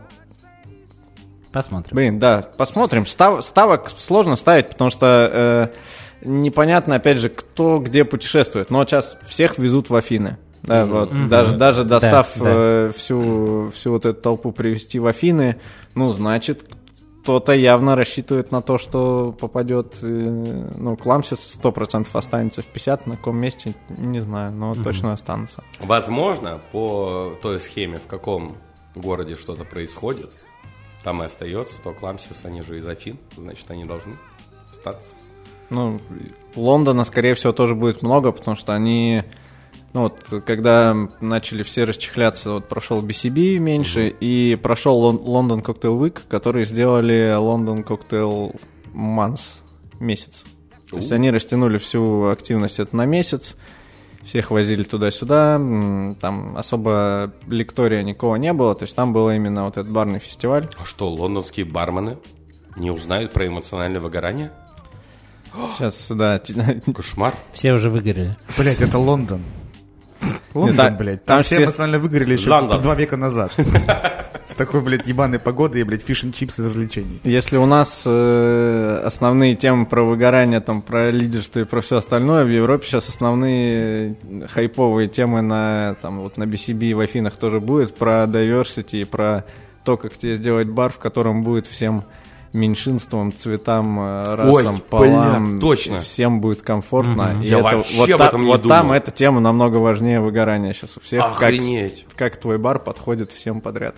Посмотрим. блин, да, посмотрим. Став, ставок сложно ставить, потому что э, непонятно, опять же, кто где путешествует. Но сейчас всех везут в Афины. Да, вот, даже, даже достав Да, да. э, всю, всю вот эту толпу привезти в Афины, ну, значит, кто-то явно рассчитывает на то, что попадет, э, ну, Кламсис сто процентов останется в пятьдесят, на каком месте, не знаю, но точно останутся. Возможно, по той схеме, в каком городе что-то происходит, там и остается, то Кламсис, они же из Афин, значит, они должны остаться. Ну, Лондона, скорее всего, тоже будет много, потому что они... Ну вот, когда начали все расчехляться, вот прошел би си би меньше, mm-hmm. и прошел Лон- London Cocktail Week, которые сделали London Cocktail Month, месяц. То есть они растянули всю активность это на месяц, всех возили туда-сюда, м, там особо лектория никого не было, то есть там был именно вот этот барный фестиваль. А что, лондонские бармены не узнают про эмоциональное выгорание? Сейчас, да, т- Кошмар. Все уже выгорели. Блять, это Лондон. Лондон, да, блядь. там Там все все- эмоционально выгорели еще Лондон. два века назад. С такой, блядь, ебаной погодой и, блядь, фиш-н-чипс из развлечений. Если у нас э, основные темы про выгорание, там, про лидерство и про все остальное, в Европе сейчас основные хайповые темы на, там, вот на би си би в Афинах тоже будет, про diversity и про то, как тебе сделать бар, в котором будет всем меньшинствам, цветам, э, расам, Ой, полам, бля, точно. всем будет комфортно. И Я это, вообще вот об та- этом не вот думал. там эта тема намного важнее выгорания сейчас у всех. Как, Охренеть. как твой бар подходит всем подряд.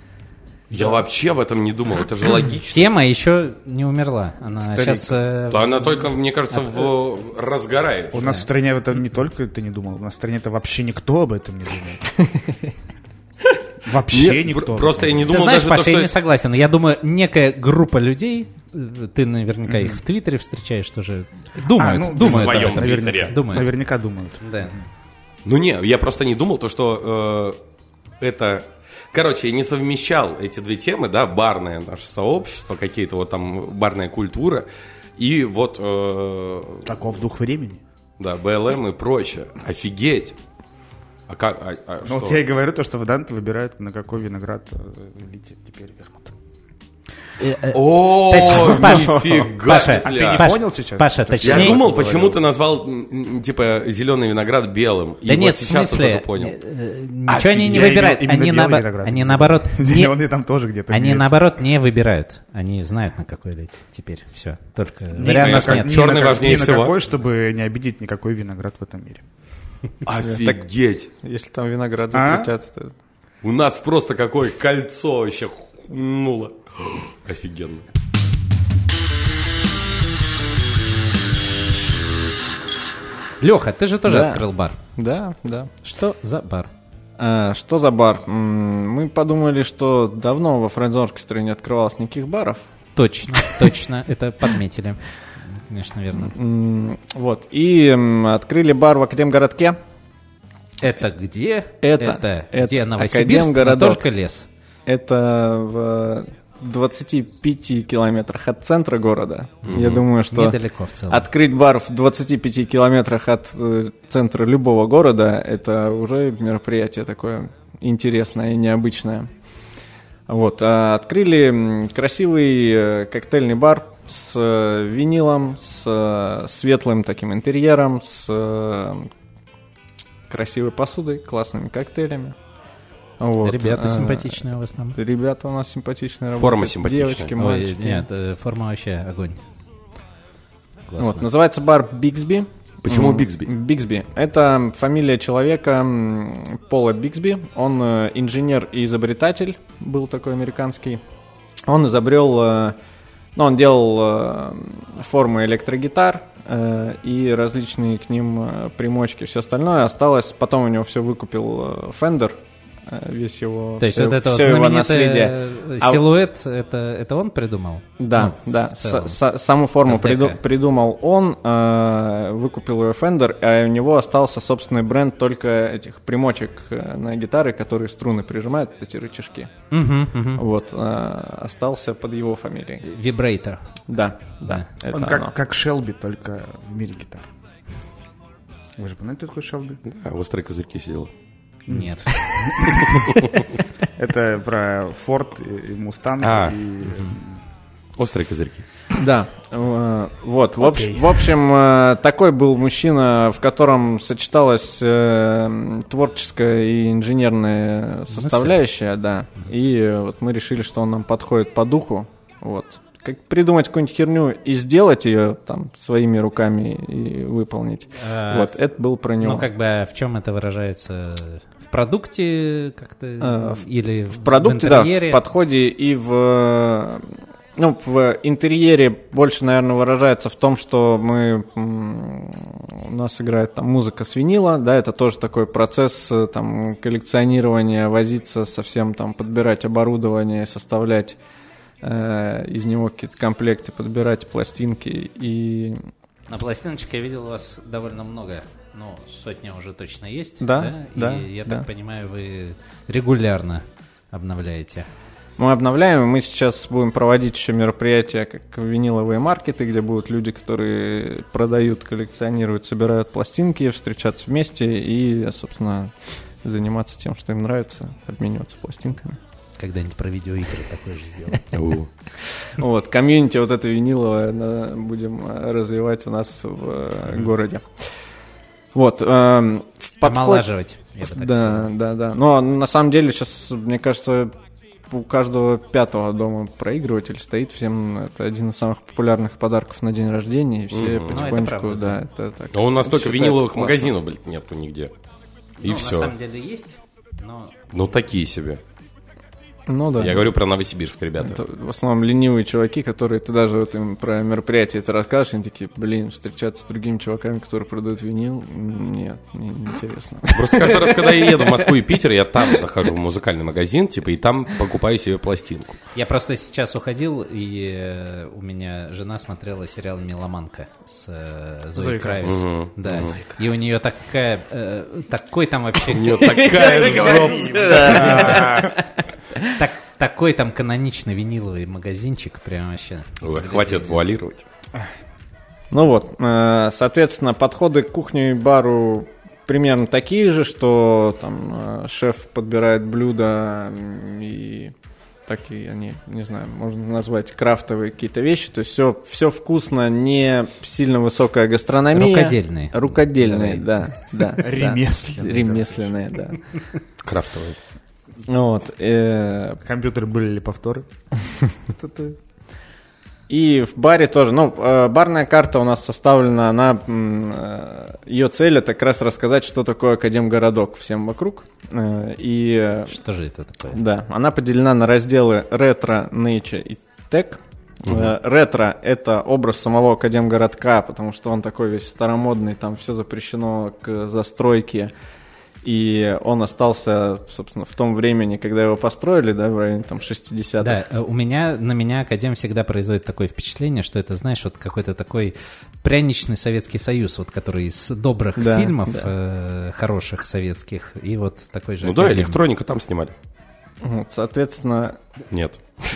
Я вообще об этом не думал, это же логично. Тема еще не умерла. Она Старик. сейчас... э, Да она только, мне кажется, в... разгорается. У нас в стране это не только ты не думал, у нас в стране это вообще никто об этом не думает. Вообще Нет, никто. пр- Просто я не Ты думал знаешь, даже Паша, то, я что... не согласен. Я думаю, некая группа людей, э, ты наверняка их в Твиттере встречаешь тоже, думают, А, ну, думают в своем об этом. Твиттере. Думают. Наверняка думают. Да. Ну не, я просто не думал то, что э, это... Короче, я не совмещал эти две темы, да, барное наше сообщество, какие-то вот там барная культура, и вот, э, Таков дух времени. да, бэ эл эм и прочее. Офигеть! А как, а, а Ну что? вот я и говорю то, что в Данте выбирают, на какой виноград э, лить теперь вермут. О, Паша, нифига! Паша, А ты бля. не Паш, понял сейчас? Паша, То есть Я точнее- думал, говорю. почему ты назвал, м, м, типа, зеленый виноград белым. И Да вот нет, в сейчас смысле, я только понял. э, э, ничего они не Я имел выбирают. именно Они, белый наобо- виноград, они не наоборот, не- Зеленый там тоже где-то они есть. наоборот не выбирают. Они знают, на какой лить теперь. Все. Только вариантов как- нет. Ни Черный на как- важнее ни на всего. какой, чтобы не обидеть никакой виноград в этом мире. Офигеть! Если там виноград А? запретят, то... У нас просто какое кольцо вообще хунуло. Офигенно. Леха, ты же тоже Да. открыл бар. Да, да. Что за бар? А, что за бар? М, Мы подумали, что давно во Френдзон-оркестре не открывалось никаких баров. Точно, точно, это подметили. Конечно, верно. М, Вот. И м, открыли бар в Академгородке. Это где? Это- это где Новосибирск, но Академгородок. только лес. Это в двадцати пяти километрах от центра города. Я думаю, что Недалеко в целом. открыть бар в двадцати пяти километрах от э, центра любого города, это уже мероприятие такое интересное и необычное. Вот, а открыли м, красивый э, коктейльный бар с э, винилом, с э, светлым таким интерьером, с э, красивой посудой, классными коктейлями. Вот, Ребята а, симпатичные у вас там. Ребята у нас симпатичные. Форма работают, симпатичная. Девочки, Ой, мальчики. нет, э, форма вообще огонь. Классно. Вот, называется бар Бигсби. Почему М, Бигсби? Бигсби. Это фамилия человека м, Пола Бигсби. Он э, инженер и изобретатель, был такой американский. Он изобрел, э, ну, он делал э, формы электрогитар э, и различные к ним э, примочки, все остальное осталось. Потом у него все выкупил э, Fender, э, весь его, То есть всё- вот это вот всё его наследие. знаменитый А- силуэт, это, это он придумал? Да, Ну, да. в целом. С- с- саму форму Как приду- дека. придумал он, э, выкупил ее Fender, а у него остался собственный бренд только этих примочек э, на гитары, которые струны прижимают, эти рычажки. Мгм, мгм. Вот, э, остался под его фамилией. Вибрейтор. Да, да, это Он оно. как, как Шелби, только в мире гитар. Вы же понимаете, кто такой Шелби? А, острые козырьки сидел. Нет. Это про Форд и Мустанг. А. И... Острые козырьки. Да, э, вот, в, общ- в общем, э, такой был мужчина, в котором сочеталась э, творческая и инженерная составляющая, да, и э, вот мы решили, что он нам подходит по духу, вот, как придумать какую-нибудь херню и сделать ее там своими руками и выполнить, А, вот, это был про него. Ну, как бы, в чем это выражается? В продукте как-то? Э, в- Или В продукте, да, интерьере? в подходе и в... Ну, в интерьере больше, наверное, выражается в том, что мы... м, У нас играет там музыка с винила, да, это тоже такой процесс э, там коллекционирования, возиться совсем там, подбирать оборудование, составлять э, из него какие-то комплекты, подбирать пластинки и... На пластиночке я видел у вас довольно много. Ну, сотня уже точно есть. Да, да, И я да. так понимаю, вы регулярно обновляете. Мы обновляем, и мы сейчас будем проводить еще мероприятия, как виниловые маркеты, где будут люди, которые продают, коллекционируют, собирают пластинки, встречаться вместе и, собственно, заниматься тем, что им нравится, обмениваться пластинками. Когда-нибудь про видеоигры такое же сделаем. У. Вот, комьюнити вот это виниловое да, будем э, развивать у нас в э, городе. Вот, эм, в подход- Омолаживать, я бы так Да, сказал. да, да. Но на самом деле сейчас, мне кажется, у каждого пятого дома проигрыватель стоит. Всем это один из самых популярных подарков на день рождения. И все Мгм. Ну, это потихонечку, правда, да, это так. А у нас только считается виниловых классно. магазинов, блядь, нету нигде. И Ну, все. на самом деле есть, но Ну, такие себе. Ну да. Я говорю про Новосибирск, ребята. Это в основном ленивые чуваки, которые ты даже вот им про мероприятие это расскажешь, они такие, блин, встречаться с другими чуваками, которые продают винил, м, нет, не, не интересно. Просто каждый раз, когда я еду в Москву и Питер, я там захожу в музыкальный магазин, типа, и там покупаю себе пластинку. я просто сейчас уходил, и э, у меня жена смотрела сериал «Меломанка» с э, Зоей Зоей Кравец. Мгм. Да. И у нее такая, э, такой там вообще... У нее такая жопа. Так, такой там каноничный виниловый магазинчик, прям вообще. Ой, хватит вуалировать. Ну вот, э, соответственно, подходы к кухне и бару примерно такие же, что там э, шеф подбирает блюда м, и такие они, не знаю, можно назвать крафтовые какие-то вещи. То есть все, все вкусно, не сильно высокая гастрономия. Рукодельные. Рукодельные, да, да. да. Ремесленные. Ремесленные, да. Крафтовый. Вот. э, Компьютеры были ли повторы? И в баре тоже, ну, э, барная карта у нас составлена, она, м, э, ее цель это как раз рассказать, что такое Академгородок всем вокруг. Э, и, э, Что же это такое? да, она поделена на разделы ретро, nature и tech. Uh-huh. Ретро — это образ самого Академгородка, потому что он такой весь старомодный, там все запрещено к застройке. И он остался, собственно, в том времени, когда его построили, да, в районе там шестидесятых. Да, у меня, на меня Академ всегда производит такое впечатление, что это, знаешь, вот какой-то такой пряничный Советский Союз, вот который из добрых да, фильмов, да. Э, хороших советских, и вот такой же Ну Академ. Да, электроника там снимали. Вот, соответственно... Нет.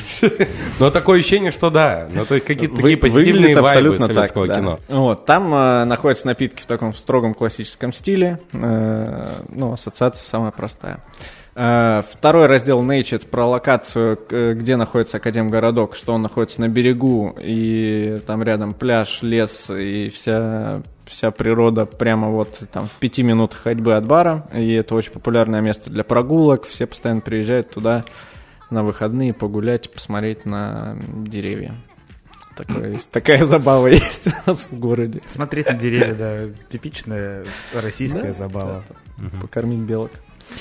Но такое ощущение, что да. Ну, то есть какие-то такие позитивные вайбы советского кино. Вот, там э, находятся напитки в таком строгом классическом стиле. Э, ну, ассоциация самая простая. Э, второй раздел Nature — это про локацию, где находится Академгородок, что он находится на берегу, и там рядом пляж, лес и вся... Вся природа прямо вот там в пяти минутах ходьбы от бара. И это очень популярное место для прогулок. Все постоянно приезжают туда на выходные погулять, посмотреть на деревья. Такое есть. Такая забава есть у нас в городе. Смотреть на деревья, да, типичная российская да? забава. Да, угу. Покормить белок.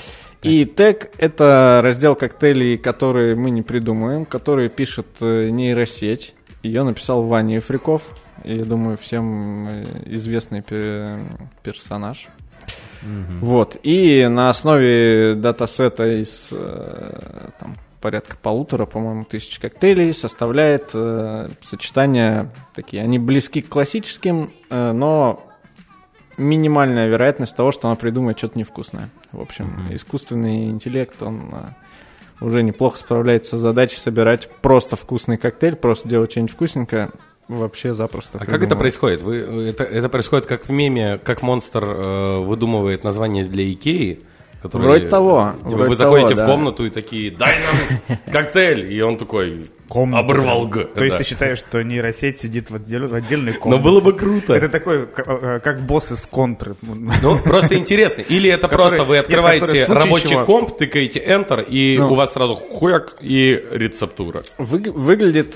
И тег — это раздел коктейлей, которые мы не придумываем, которые пишет нейросеть. Ее написал Ваня Ефриков. И, я думаю, всем известный персонаж. Mm-hmm. Вот. И на основе датасета из там, порядка полутора, по-моему, тысяч коктейлей составляет э, сочетания такие. Они близки к классическим, э, но минимальная вероятность того, что она придумает что-то невкусное. В общем, mm-hmm. искусственный интеллект, он э, уже неплохо справляется с задачей собирать просто вкусный коктейль, просто делать что-нибудь вкусненькое. Вообще запросто. А как это происходит? Вы, это, это происходит как в меме, как монстр э, выдумывает название для Икеи? Который, вроде того. Типа, вроде вы заходите того, в да. комнату и такие, дай нам коктейль. И он такой, комната. Оборвал Г. То есть да. ты считаешь, что нейросеть сидит в, отдел, в отдельной комнате? Но было бы круто. Это такой, как, как босс из контры. Ну, просто интересно. Или это Который, просто вы открываете нет, рабочий чего... комп, тыкаете Enter, и ну, у вас сразу хуяк и рецептура. Вы, выглядит,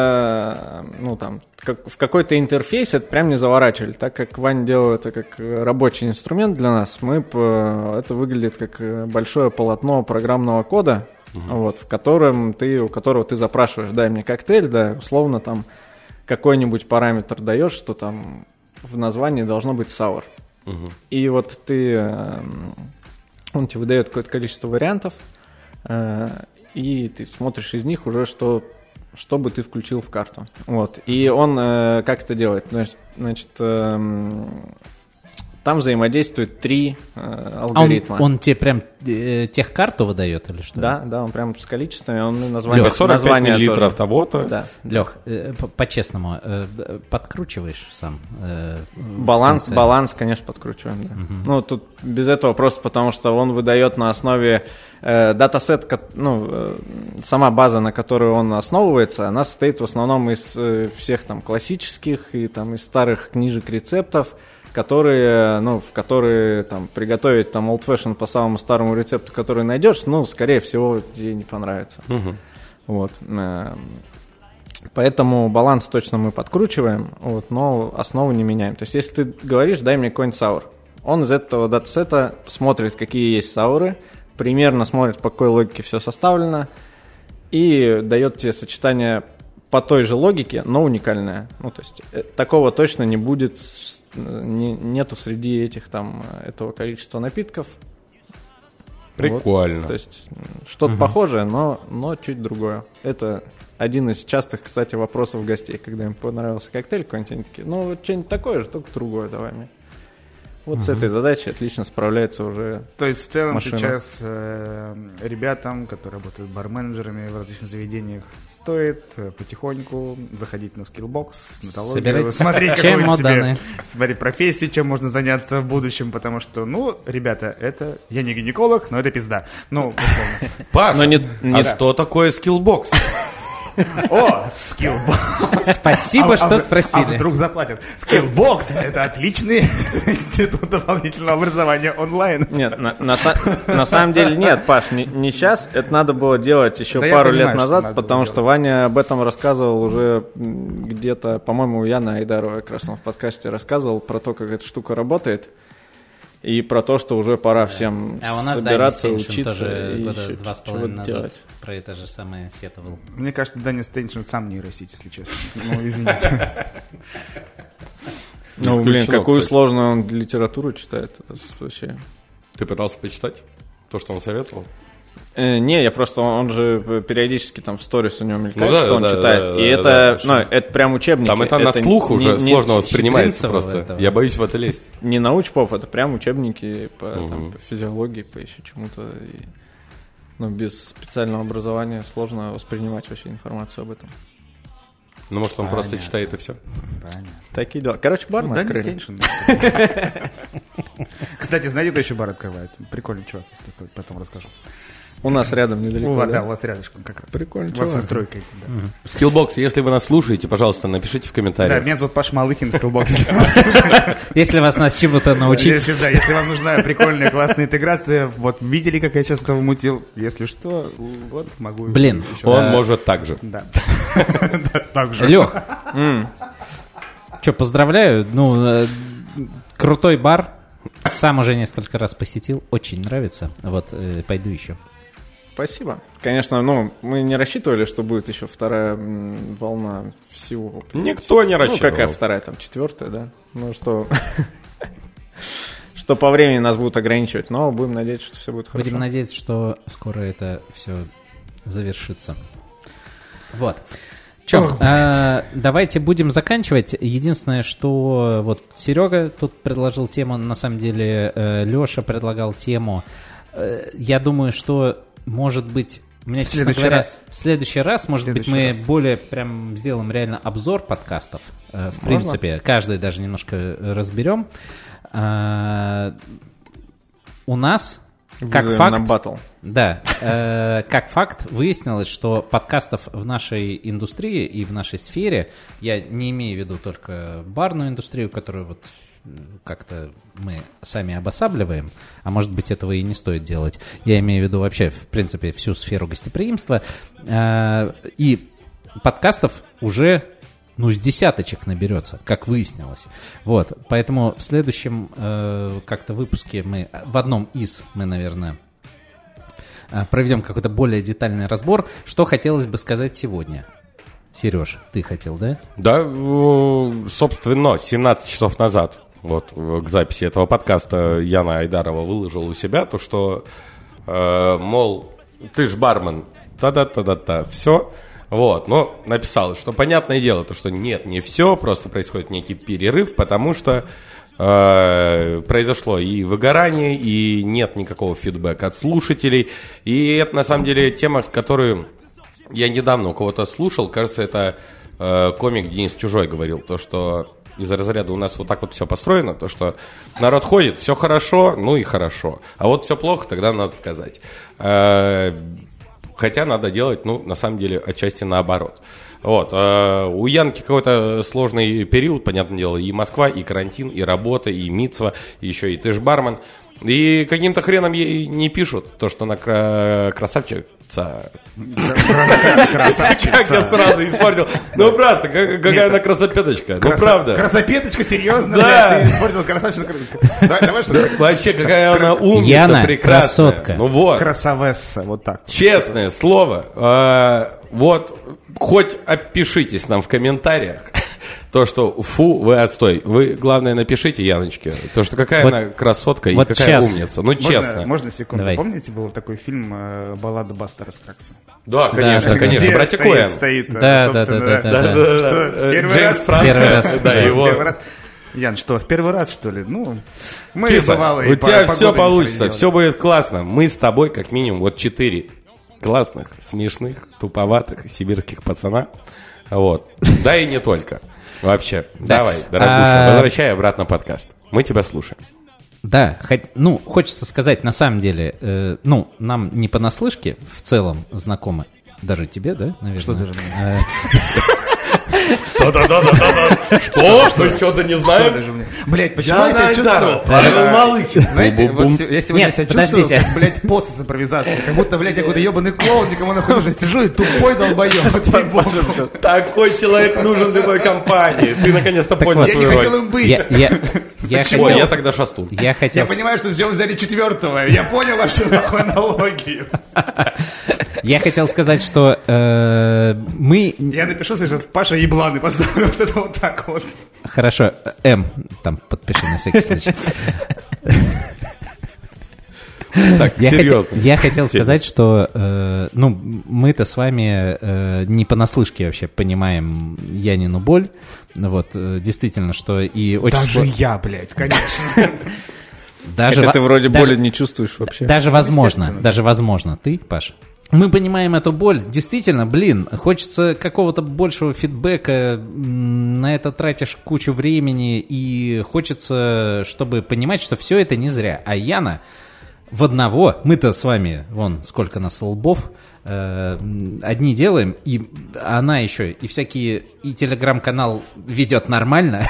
э, ну, там, как, в какой-то интерфейс это прям не заворачивали. Так как Ваня делал это как рабочий инструмент для нас, мы, это выглядит как большое полотно программного кода, Uh-huh. вот, в котором ты, у которого ты запрашиваешь, дай мне коктейль, да, условно там какой-нибудь параметр даешь, что там в названии должно быть sour. Uh-huh. И вот ты, он тебе выдает какое-то количество вариантов, и ты смотришь из них уже, что, что бы ты включил в карту. Вот. И он как это делает? Значит, значит там взаимодействуют три э, алгоритма. А он, он тебе прям э, техкарту выдает или что? Да, да, он прям с количествами, он и название, Лёх, сорок пять миллилитров тоже. того-то. Да. Лех, э, по-честному, э, подкручиваешь сам? Э, баланс, баланс, конечно, подкручиваем, да. Угу. Ну, тут без этого просто потому, что он выдает на основе э, датасет, ну, э, сама база, на которую он основывается, она состоит в основном из э, всех там классических и там из старых книжек рецептов, которые, ну, в которые там приготовить там old fashion по самому старому рецепту, который найдешь, ну, скорее всего, тебе не понравится. Uh-huh. Вот. Поэтому баланс точно мы подкручиваем, вот, но основу не меняем. То есть, если ты говоришь, дай мне какой-нибудь саур, он из этого датасета смотрит, какие есть сауры, примерно смотрит, по какой логике все составлено, и дает тебе сочетание по той же логике, но уникальное. Ну, то есть, такого точно не будет. Не, нету среди этих там этого количества напитков. Прикольно. Вот. То есть что-то угу. похожее, но, но чуть другое. Это один из частых, кстати, вопросов гостей, когда им понравился коктейль какой-нибудь, они такие, ну вот что-нибудь такое же, только другое давай мне. Вот угу. с этой задачей отлично справляется уже. То есть в целом машина. Сейчас э, ребятам, которые работают барменеджерами в различных заведениях, стоит э, потихоньку заходить на Skillbox, на Талогию, смотреть какую-нибудь себе, смотреть профессию, чем можно заняться в будущем, потому что, ну, ребята, это, я не гинеколог, но это пизда. Ну, Паша, а что такое Skillbox? О, Skillbox. Спасибо, а, что а, спросили. А вдруг заплатят. Skillbox — это отличный институт дополнительного образования онлайн. Нет, на, на, на самом деле нет, Паш, не, не сейчас. Это надо было делать еще да пару понимаю, лет назад, что потому что делать. Ваня об этом рассказывал уже где-то, по-моему, у Яны Айдарова как раз он в подкасте рассказывал про то, как эта штука работает. и про то, что уже пора всем А у нас собираться, Даня Стеншин учиться тоже и года еще два с половиной чего-то назад делать. про это же самое сетовал. Мне кажется, Даня Стеншин сам нейросеть, если честно. Ну, извините. Ну, блин, Исключено, какую кстати. сложную он литературу читает, это вообще... Ты пытался почитать то, что он советовал? Э, не, я просто, он же периодически там в сторис у него мелькает, Ну да, что он да, читает. да, и да, это, да, ну, что- это прям учебники. Там это, на слух не- уже не- сложно не- воспринимается Щедринцева просто. этого. Я боюсь в это лезть. Не научпоп, это прям учебники по, Мгм. там, по физиологии, по еще чему-то. И, ну, без специального образования сложно воспринимать вообще информацию об этом. Ну, может, он просто Понятно. читает и все. Понятно. Такие дела. Короче, бар Ну, мы Даня открыли. Стеншин. Кстати, знаете, кто еще бар открывает? Прикольный чувак, есть такой, потом расскажу. У нас рядом недалеко. У вас, да? да, у вас рядышком как раз. Прикольный Во всю чувак. стройкой. Да. Skillbox, если вы нас слушаете, пожалуйста, напишите в Да, комментариях. меня зовут Паш Малыхин, Skillbox. Если вас нас чему-то научить, Если, да, если вам нужна прикольная, классная интеграция, вот видели, как я сейчас этого мутил? Если что, вот могу... Блин, еще- Он Да. может так же. Да. Да, так же. Лех, что, поздравляю. Ну, э, крутой бар. Сам уже несколько раз посетил. Очень нравится. Вот, э, пойду еще. Спасибо. Конечно, ну, мы не рассчитывали, что будет еще вторая м, волна всего. Никто не Ну, рассчитывал. какая вторая, там, четвертая, да? Ну, что... Что по времени нас будут ограничивать, но будем надеяться, что все будет хорошо. Будем надеяться, что скоро это все завершится. Вот. Че, давайте будем заканчивать. Единственное, что вот Серега тут предложил тему, на самом деле Леша предлагал тему. Э, Я думаю, что, может быть, у меня, В честно следующий говоря, раз. в следующий раз, может В быть, следующий мы раз. более прям сделаем реально обзор подкастов. Э, В принципе, каждый даже немножко разберем. А, У нас, как Вызовем факт, на баттл. да, э, как факт выяснилось, что подкастов в нашей индустрии и в нашей сфере, я не имею в виду только барную индустрию, которую вот м, как-то мы сами обосабливаем, а может быть этого и не стоит делать. Я имею в виду вообще, в принципе, всю сферу гостеприимства. Э, и подкастов уже, ну, с десяточек наберется, как выяснилось. Вот, поэтому в следующем э, как-то выпуске мы, в одном из, мы, наверное, э, проведем какой-то более детальный разбор. Что хотелось бы сказать сегодня? Сереж, ты хотел, да? Да, э, собственно, семнадцать часов назад, вот, э, к записи этого подкаста Яна Айдарова выложила у себя то, что, э, мол, ты ж бармен, та-да-та-да-та, все. Вот, но написал, что понятное дело, то, что нет, не все, просто происходит некий перерыв, потому что э, произошло и выгорание, и нет никакого фидбэка от слушателей. И это, на самом деле, тема, которую я недавно у кого-то слушал, кажется, это э, комик Денис Чужой говорил, то, что из разряда у нас вот так вот все построено, то, что народ ходит, все хорошо, ну и хорошо, а вот все плохо, тогда надо сказать. Э, Хотя надо делать, ну, на самом деле, отчасти наоборот. Вот. э, У Янки какой-то сложный период, понятное дело, и Москва, и карантин, и работа, и митцва, и еще и ты ж бармен. И каким-то хреном ей не пишут то, что она кра- красавчица. Как я сразу испортил. Ну, просто, как- какая она красопеточка. Ну, правда. Красопеточка, серьезно? Да. блядь, Ты испортил красавчика. Давай, давай что-то. Вообще, какая она умница, Яна прекрасная. красотка. Ну вот. Красавесса, вот так. Честное слово, э, вот хоть опишитесь нам в комментариях, то, что фу, вы отстой. Вы, главное, напишите Яночке, то, что какая Вот- она красотка и вот какая щас. умница. Ну, Можно, честно. можно секунду? Давай. Помните, был такой фильм э, «Баллада Бастера Скракса»? Да, конечно, да, конечно. Где Братья стоит- Коэн. стоит, э, Да, да, собственно, да, да, да. Что, Э, первый Джеймс раз? Франко. Первый раз. Да, Что, его. первый раз? Ян, что, в первый раз, что ли? Ну, мы Киса, бывалые у по- тебя погоды все ничего не получится, делали. все будет классно. Мы с тобой, как минимум, вот четыре классных, смешных, туповатых сибирских пацана. Вот. Да и не только. Вообще. Давай, дорогуша, А- возвращай обратно подкаст. Мы тебя слушаем. Да, хоть- ну, хочется сказать, на самом деле, э, ну, нам не понаслышке в целом знакомы. Даже тебе, да, наверное? Что даже Э, Да-да-да-да-да. Что? Что что-то не знаем? Блять, почему я себя чувствую? Павел Малыхин. Знаете, вот се- я сегодня Нет, себя чувствую, подождите. как, блядь, после с импровизацией. Как будто, блядь, я какой-то ебаный клоун, никому нахуй уже сижу и тупой долбоёб. Вот ей-богу. Такой человек нужен любой компании. Ты наконец-то понял вот, Я не свою хотел роль. им быть. Я, я, я Ой, хотел... я тогда шастун. Я хотел... Я понимаю, что все взяли четвертого. Я понял вашу нахуй аналогию. Я хотел сказать, что э, мы... Я напишу, что Паша ебланы поставлю вот это вот так вот. Хорошо, М, там подпиши на всякий случай. Так, Я серьезно. хотел, я хотел сказать, что э, ну, мы-то с вами э, не понаслышке вообще понимаем Янину боль. Вот, э, действительно, что и очень... Даже сло- я, блядь, конечно. Даже Хотя во- ты вроде даже- боли не чувствуешь вообще. Даже возможно, естественно. даже возможно. Ты, Паш? Мы понимаем эту боль. Действительно, блин, хочется какого-то большего фидбэка. м, На это тратишь кучу времени. И хочется, чтобы понимать, что все это не зря. А Яна в одного, мы-то с вами, вон, сколько нас лбов, э, м, одни делаем, и она еще и всякие, и телеграм-канал ведет нормально.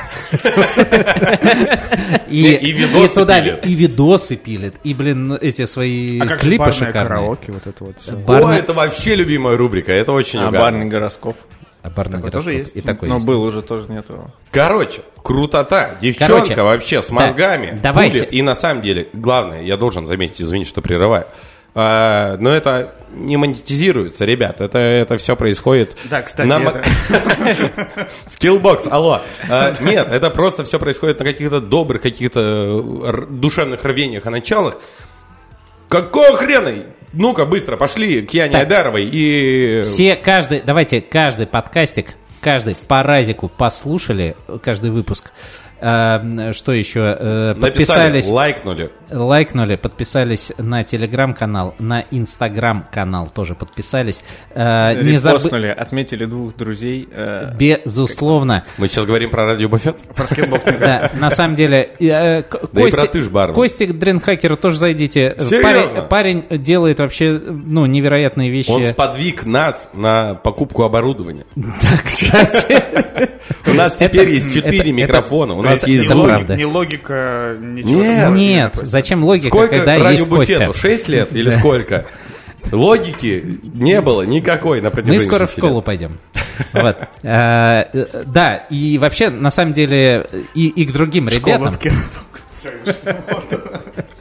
Не, и видосы туда- пилит. и видосы пилит, и, блин, эти свои А как же клипы барное шикарные. караоке, вот это вот все. Барный- О, это вообще любимая рубрика. Это очень А угарно. барный гороскоп? А барный Такой гороскоп. тоже есть? И такой Но есть. был уже, тоже нету. Короче, крутота. Девчонка Короче, вообще с да, мозгами. давайте. пулит. И на самом деле, главное, я должен заметить, извини, что прерываю. А, но это не монетизируется, ребят. Это, это все происходит... Да, кстати, на мо- это- Skillbox, алло. А, нет, это просто все происходит на каких-то добрых, каких-то р- душевных рвениях и началах. Какого хрена? Ну-ка, быстро, пошли к Яне Так. Айдаровой и... Все, каждый, давайте, каждый подкастик, каждый по разику послушали, каждый выпуск. А, что еще? Э, Написали, Подписались, лайкнули. лайкнули, подписались на телеграм-канал, на инстаграм-канал тоже подписались. А, не забы- Репостнули, отметили двух друзей. э, Безусловно. Мы сейчас говорим про радио Буфет? Про Skillbox, мне Да, кажется. на самом деле, э, К- Да и Костик- про «Тыш» бармен. Костик Дринхакеру тоже зайдите. Серьезно? Парень, парень делает вообще, ну, невероятные вещи. Он сподвиг нас на покупку оборудования. Да, кстати. У нас Это- теперь есть это- четыре это- микрофона, у То нас есть есть ни это звук. логи- правда. Ни логика, ничего. Нет, такого не Нет, написано. зачем логика, Сколько когда радио есть Костя? Буфету? шесть лет или сколько? Логики не было никакой на Мы протяжении скоро в шести школу лет. пойдем. Вот. А, э, Да, и вообще, на самом деле, и и к другим ребятам, Школа Skillbox.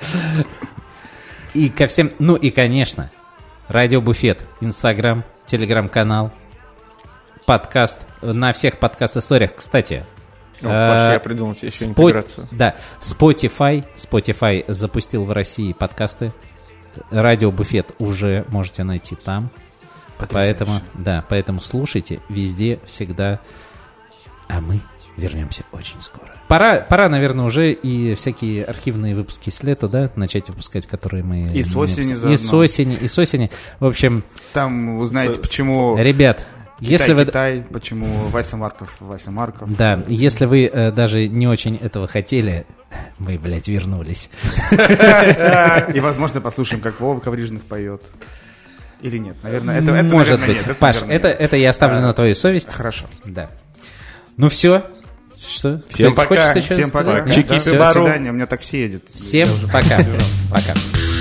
и ко всем, ну и, конечно, Радио Буфет, Инстаграм, Телеграм-канал, подкаст, на всех подкаст-историях. Кстати, ну, э, Паша, я придумал тебе еще Спо- интеграцию. Да, Spotify, Spotify запустил в России подкасты. Радио Буфет уже можете найти там. Поэтому, да, поэтому слушайте везде, всегда. А мы вернемся очень скоро. Пора, пора, наверное, уже и всякие архивные выпуски с лета, да, начать выпускать, которые мы... И с не осени впис- заодно. И с осени, и с осени. В общем, Там узнаете, С- почему ребят, если вы... Китай, почему Вася Марков, Вася Марков. Да, если вы э, даже не очень этого хотели, мы, блядь, вернулись. И, возможно, послушаем, как Вова Коврижных поет. Или нет? Наверное, это, это Может наверное, быть. нет, Паш, наверное, это, нет. это я оставлю А, на твою совесть. Хорошо. Да. Ну все. Что? Всем Кто-нибудь пока. хочет еще Всем пока. сказать? Чики Да, Фибару. До свидания, у меня такси едет. Всем Я уже- пока. Пока.